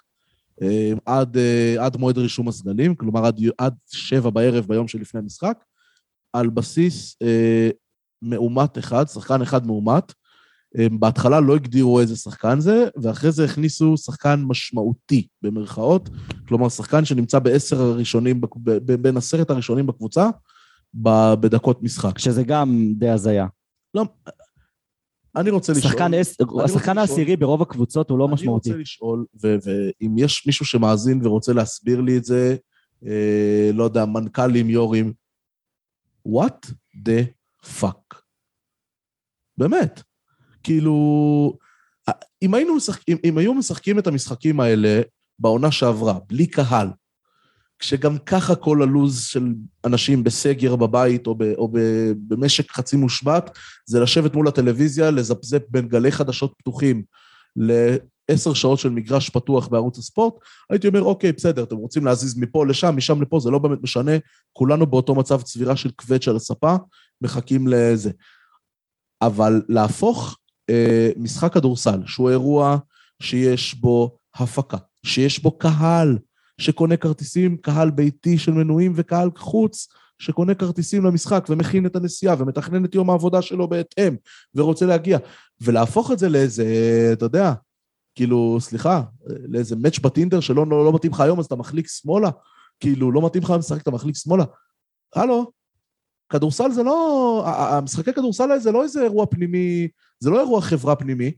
עד מועד רישום הסגלים, כלומר עד 7 בערב ביום שלפני המשחק, על בסיס מאומת אחד, שחקן אחד מאומת, בהתחלה לא הגדירו איזה שחקן זה, ואחרי זה הכניסו שחקן משמעותי במרכאות, כלומר שחקן שנמצא בין 10 הראשונים בקבוצה, בדקות משחק. שזה גם די הזיה. לא, אני רוצה לשאול... השחקן העשירי ברוב הקבוצות הוא לא משמעותי. אני רוצה לשאול, ואם יש מישהו שמאזין ורוצה להסביר לי את זה, לא יודע, מנכ"לים, יורים, what the fuck? באמת. כאילו, אם היו משחקים את המשחקים האלה בעונה שעברה, בלי קהל, כשגם ככה כל הלוז של אנשים בסגר בבית או במשק חצי מושבת, זה לשבת מול הטלוויזיה, לזפזפ בין גלי חדשות פתוחים ל10 שעות של מגרש פתוח בערוץ הספורט, הייתי אומר, אוקיי, בסדר, אתם רוצים להזיז מפה לשם, משם לפה, זה לא באמת משנה, כולנו באותו מצב צבירה של כבד של הספה, מחכים לזה. אבל להפוך משחק כדורסל, שהוא אירוע שיש בו הפקה, שיש בו קהל, שקונה כרטיסים, קהל ביתי של מנויים וקהל חוץ, שקונה כרטיסים למשחק ומכין את הנסיעה ומתכנן את יום העבודה שלו בהתאם ורוצה להגיע, ולהפוך את זה לאיזה, אתה יודע, כאילו, סליחה, לאיזה מאץ' בטינדר שלא מתאים לך היום, אז אתה מחליק שמאלה, כאילו, לא מתאים לך לשחק, אתה מחליק שמאלה. הלו, כדורסל זה לא, המשחקי כדורסל הזה זה לא איזה אירוע פנימי, זה לא אירוע חברה פנימי,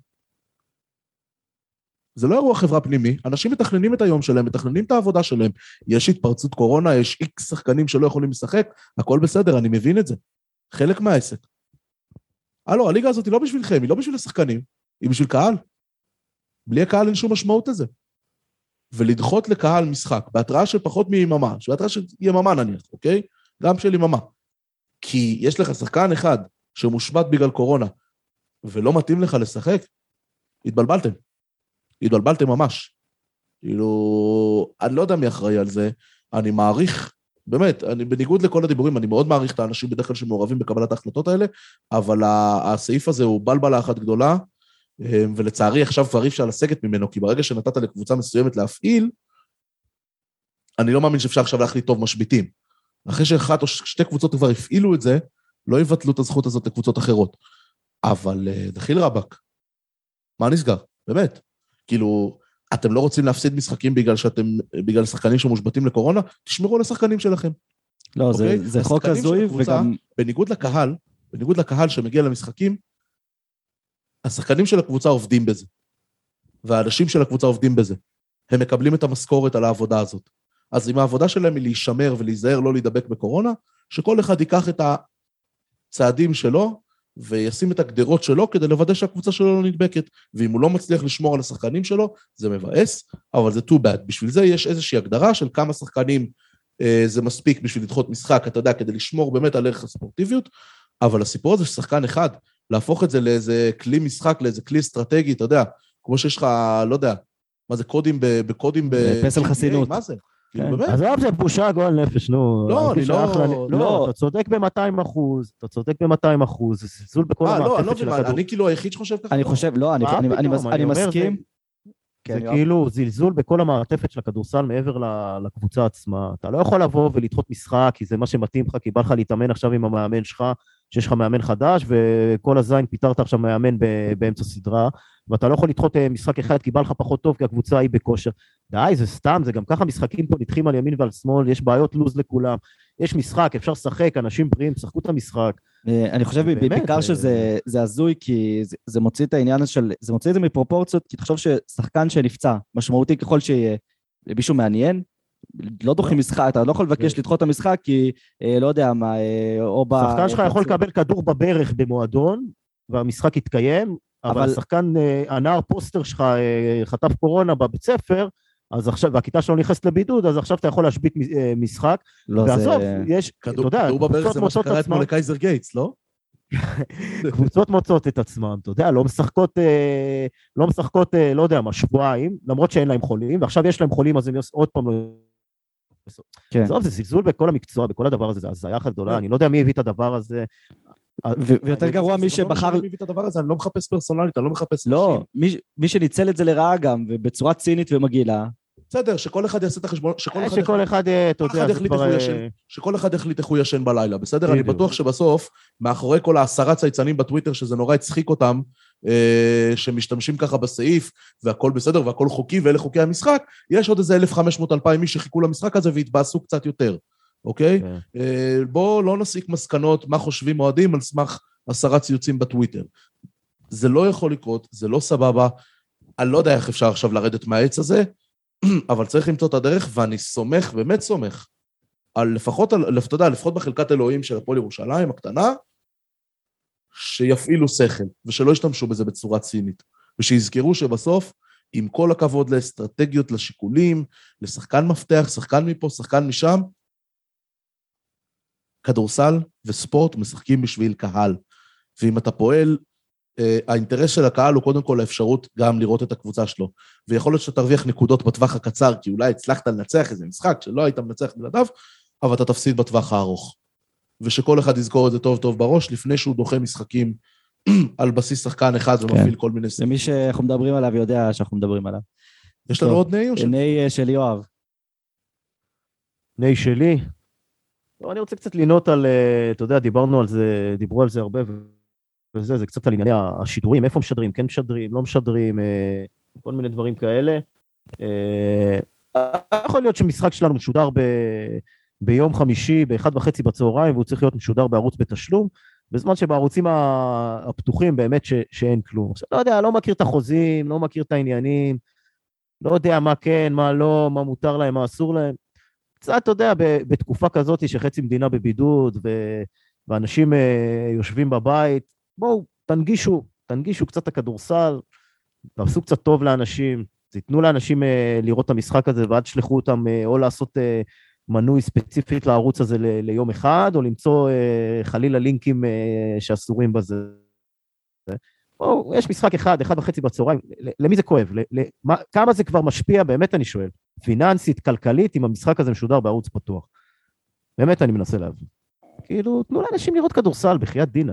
זה לא אירוע חברה פנימי, אנשים מתכננים את היום שלהם, מתכננים את העבודה שלהם, יש התפרצות קורונה, יש איקס שחקנים שלא יכולים לשחק, הכל בסדר, אני מבין את זה. חלק מהעסק. הלו, הליגה הזאת היא לא בשבילכם, היא לא בשביל השחקנים, היא בשביל קהל. בלי הקהל אין שום משמעות לזה. ולדחות לקהל משחק, בהתראה של פחות מיממה, בהתראה של יממה נניח, אוקיי? גם של יממה. כי יש לך שחקן אחד שמושבת בגלל קורונה, ולא מתאים לך לשחק, התבלבלתם. התבלבלתם ממש. כאילו, אני לא יודע מי אחראי על זה, אני מעריך, באמת, בניגוד לכל הדיבורים, אני מאוד מעריך את האנשים בדרך כלל שמעורבים בקבלת ההחלטות האלה, אבל הסעיף הזה הוא בלבלה אחת גדולה, ולצערי עכשיו כבר אי אפשר לסגת ממנו, כי ברגע שנתת לקבוצה מסוימת להפעיל, אני לא מאמין שאפשר עכשיו להחליט טוב משביטים. אחרי שאחת או שתי קבוצות כבר הפעילו את זה, לא יבטלו את הזכות הזאת לקבוצות אחרות. אבל דחיל רבק, מה נסגר? באמת. כאילו, אתם לא רוצים להפסיד משחקים בגלל שחקנים שמושבתים לקורונה? תשמרו על השחקנים שלכם. לא, זה חוק הזוי וגם... בניגוד לקהל שמגיע למשחקים, השחקנים של הקבוצה עובדים בזה. והאנשים של הקבוצה עובדים בזה. הם מקבלים את המשכורת על העבודה הזאת. אז אם העבודה שלהם היא להישמר ולהיזהר לא להידבק בקורונה, שכל אחד ייקח את הצעדים שלו, וישים את הגדרות שלו כדי לוודא שהקבוצה שלו לא נדבקת, ואם הוא לא מצליח לשמור על השחקנים שלו, זה מבאס, אבל זה too bad. בשביל זה יש איזושהי הגדרה של כמה שחקנים זה מספיק בשביל לדחות משחק, אתה יודע, כדי לשמור באמת על ערך הספורטיביות, אבל הסיפור הזה ששחקן אחד, להפוך את זה לאיזה כלי משחק, לאיזה כלי אסטרטגי, אתה יודע, כמו שיש לך, לא יודע, מה זה קודים פסל חסינות. מה זה? אז לא, זה בושה גועל נפש, נו. לא, אני לא, אתה צודק ב-200%, זה זלזול בכל המעטפת של הכדור. אני כאילו היחיד שחושב ככה. אני חושב, לא, אני מסכים. זה כאילו זלזול בכל המעטפת של הכדורסל מעבר לקבוצה עצמה. אתה לא יכול לבוא ולדחות משחק, כי זה מה שמתאים לך, כי בא לך להתאמן עכשיו עם המאמן שלך, שיש לך מאמן חדש, וכל הזין פיתרת עכשיו מאמן באמצע סדרה, ואתה לא יכול לדחות משחק אחד, כי בא לך פחות טוב, כי הקבוצה היא בכושר. די, זה סתם, זה גם ככה משחקים פה נדחים על ימין ועל שמאל, יש בעיות לוז לכולם, יש משחק, אפשר לשחק, אנשים בריאים, שחקו את המשחק. אני חושב בעיקר שזה הזוי, כי זה מוציא את העניין של, זה מוציא את זה מפרופורציות, כי תחשוב ששחקן שנפצע, משמעותי ככל שיהיה, למישהו מעניין, לא דוחים משחק, אתה לא יכול לבקש לדחות את המשחק, כי לא יודע מה, או שחקן שלך יכול לקבל כדור בברך במועדון, והמשחק יתקיים, אבל השחקן, הנער פוסטר שלך חטף קורונה בבית ספר, אז עכשיו, והכיתה שלו נכנסת לבידוד, אז עכשיו אתה יכול להשבית משחק, ועזוב, יש, אתה יודע, כדור בברך זה מה שקרה אתמול לקייזר גייטס, לא? קבוצות מוצאות את עצמם, אתה יודע, לא משחקות, לא יודע מה, שבועיים, למרות שאין להם חולים, ועכשיו יש להם חולים, אז הם עוד פעם לא... עזוב, זה זלזול בכל המקצוע, בכל הדבר הזה, זה הזיה אחת גדולה, אני לא יודע מי הביא את הדבר הזה, ויותר גרוע מי שבחר... אני מביא את הדבר הזה, אני לא מחפש פרסונלית, אני לא מחפש... לא, מי שניצל את זה לרעה גם, ובצורה צינית ומגעילה. בסדר, שכל אחד יעשה את החשבון, שכל אחד, אתה יודע, שכל אחד יחליט איך הוא ישן בלילה, בסדר? אני בטוח שבסוף, מאחורי כל 10 צייצנים בטוויטר, שזה נורא הצחיק אותם, שמשתמשים ככה בסעיף, והכל בסדר, והכל חוקי, ואלה חוקי המשחק, יש עוד איזה 1,500-2,000 מי שחיכו למשחק הזה, והתבאסו קצת יותר. אוקיי? בואו לא נסיק מסקנות מה חושבים אוהדים על סמך 10 ציוצים בטוויטר. זה לא יכול לקרות, זה לא סבבה, אני לא יודע איך אפשר עכשיו לרדת מהעץ הזה, אבל צריך למצוא את הדרך, ואני סומך, באמת סומך, על לפחות, אתה יודע, לפחות בחלקת אלוהים של הפועל ירושלים הקטנה, שיפעילו שכל, ושלא ישתמשו בזה בצורה צינית, ושיזכרו שבסוף, עם כל הכבוד לאסטרטגיות, לשיקולים, לשחקן מפתח, שחקן מפה, שחקן משם, כדורסל וספורט משחקים בשביל קהל. ואם אתה פועל, האינטרס של הקהל הוא קודם כל האפשרות גם לראות את הקבוצה שלו. ויכול להיות שאתה תרוויח נקודות בטווח הקצר, כי אולי הצלחת לנצח איזה משחק שלא היית מנצח בלעדיו, אבל אתה תפסיד בטווח הארוך. ושכל אחד יזכור את זה טוב טוב בראש, לפני שהוא דוחה משחקים על בסיס שחקן אחד ומפעיל כל מיני סיפורים. ומי שאנחנו מדברים עליו יודע שאנחנו מדברים עליו. יש לנו עוד נאי או נאי של יואב. נאי שלי? לא, אני רוצה קצת לינות על, אתה יודע, דיברו על זה הרבה, וזה קצת על ענייני השידורים, איפה משדרים, כן משדרים, לא משדרים, כל מיני דברים כאלה. יכול להיות שמשחק שלנו משודר ביום חמישי, ב-1:30 בצהריים, והוא צריך להיות משודר בערוץ בתשלום, בזמן שבערוצים הפתוחים באמת שאין כלום. עכשיו, לא יודע, לא מכיר את החוזים, לא מכיר את העניינים, לא יודע מה כן, מה לא, מה מותר להם, מה אסור להם. קצת, אתה יודע, בתקופה כזאת שחצי מדינה בבידוד, ואנשים יושבים בבית, בואו, תנגישו קצת את הכדורסל, תעשו קצת טוב לאנשים, תיתנו לאנשים לראות את המשחק הזה, ועד שלחו אותם או לעשות מנוי ספציפית לערוץ הזה ליום אחד, או למצוא חלילה לינקים שאסורים בזה. בואו, יש משחק 1:30 בצהריים, למי זה כואב? כמה זה כבר משפיע? באמת אני שואל. פיננסית, כלכלית, אם המשחק הזה משודר בערוץ פתוח. באמת אני מנסה להבין. כאילו, תנו לאנשים לראות כדורסל, בחייאת דינה.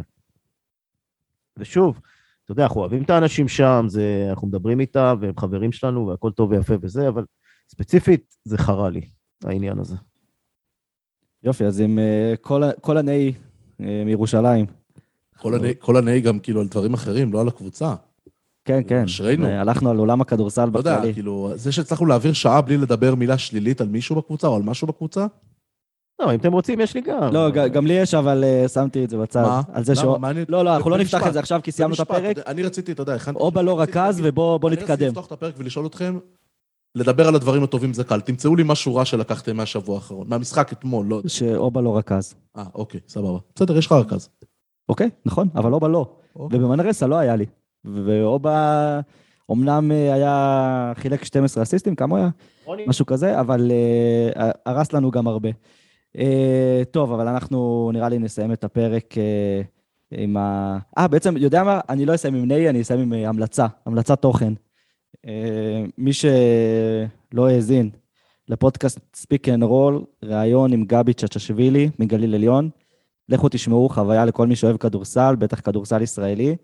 ושוב, אתה יודע, אנחנו אוהבים את האנשים שם, אנחנו מדברים איתם, והם חברים שלנו, והכל טוב ויפה וזה, אבל ספציפית זה חרה לי, העניין הזה. יופי, אז עם כל הנאי מירושלים. כל הנאי גם כאילו על דברים אחרים, לא על הקבוצה. כן, כן. אשרינו. הלכנו על עולם הכדורסל בכללי. לא יודע, כאילו, זה שהצלחנו להעביר שעה בלי לדבר מילה שלילית על מישהו בקבוצה, או על משהו בקבוצה? לא, אם אתם רוצים, יש לי גם. לא, גם לי יש, אבל שמתי את זה בצד. מה? לא, אנחנו לא נפתח את זה עכשיו, כי סיימנו את הפרק. אני רציתי, אתה יודע, אובה לא רכז, ובוא נתקדם. אני רציתי לפתוח את הפרק ולשאול אתכם, לדבר על הדברים הטובים זה קל. תמצאו לי משהו רע שלקחתם מהשבוע האחרון, מהמשחק אתמול, לא... שאובה לא רכז. אוקיי, סבבה. בסדר, יש לך רכז. אוקיי, נכון, אבל אובה לא. ובמנרסה לא היה לי. ואובה, אמנם חילק 12 אסיסטים, כמה היה? משהו כזה, אבל הרס לנו גם הרבה. טוב, אבל אנחנו נראה לי נסיים את הפרק עם בעצם, יודע מה? אני לא אסיים עם נאי, אני אסיים עם המלצת תוכן. מי שלא האזין לפודקאסט ספיק אנד רול, ראיון עם גבי צ'צ'שווילי מגליל עליון, לכו תשמעו, חוויה לכל מי שאוהב כדורסל, בטח כדורסל ישראלי,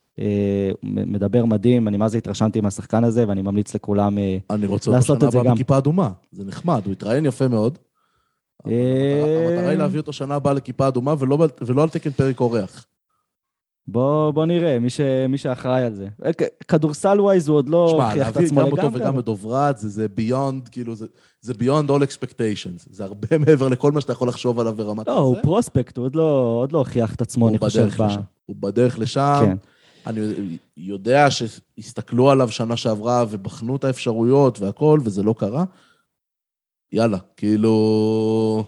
מדבר מדהים, אני מה זה התרשמתי עם השחקן הזה, ואני ממליץ לכולם לעשות את זה גם. אני רוצה אותו שנה הבאה בכיפה אדומה, זה נחמד, הוא התראיין יפה מאוד. המטרה היא להביא אותו שנה הבאה לכיפה אדומה, ולא על תקן פרק אורח. בוא נראה, מי שאחראי על זה. כדורסל ווייז הוא עוד לא הוכיח את עצמו לגמרי. גם אותו וגם בדוברת, זה ביונד, כאילו, זה ביונד all expectations. זה הרבה מעבר לכל מה שאתה יכול לחשוב עליו ברמת הזה. לא, הוא פרוספקט, הוא עוד לא הוכיח את עצמו, אני חושב. הוא בדרך לשם. אני יודע שהסתכלו עליו שנה שעברה, ובחנו את האפשרויות והכל, וזה לא קרה. יאללה, כאילו,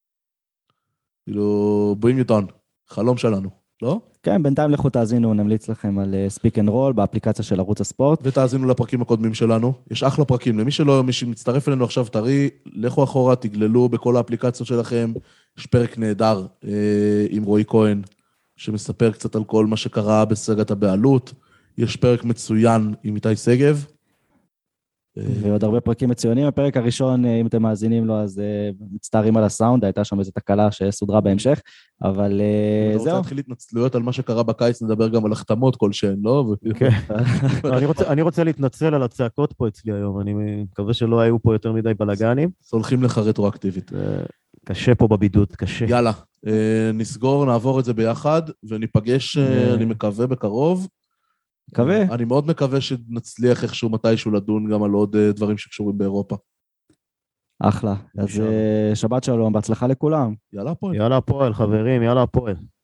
bring it on, חלום שלנו, לא? כן, בינתיים לכו תאזינו, נמליץ לכם על ספיק אנד רול באפליקציה של ערוץ הספורט. ותאזינו לפרקים הקודמים שלנו, יש אחלה פרקים, מי שמצטרף אלינו עכשיו טרי, לכו אחורה, תגללו בכל האפליקציות שלכם, יש פרק נהדר עם רועי כהן, שמספר קצת על כל מה שקרה בסגת הבעלות, יש פרק מצוין עם איתי סגב, ועוד הרבה פרקים מצוינים. הפרק הראשון, אם אתם מאזינים לו, אז מצטערים על הסאונד, הייתה שם איזו תקלה שסודרה בהמשך, אבל זהו. אני רוצה להתחיל התנצלויות על מה שקרה בקיץ, נדבר גם על החתמות כלשהן, לא? כן. אני רוצה להתנצל על הצעקות פה אצלי היום, אני מקווה שלא היו פה יותר מדי בלגנים. סולחים לך רטרואקטיבית. קשה פה בבידוד, קשה. יאללה, נסגור, נעבור את זה ביחד, וניפגש, אני מקווה, בקרוב. מקווה. אני מאוד מקווה שנצליח איכשהו מתישהו לדון גם על עוד דברים שקשורים באירופה. אחלה. אז שבת שלום, בהצלחה לכולם. יאללה הפועל. יאללה הפועל, חברים, יאללה הפועל.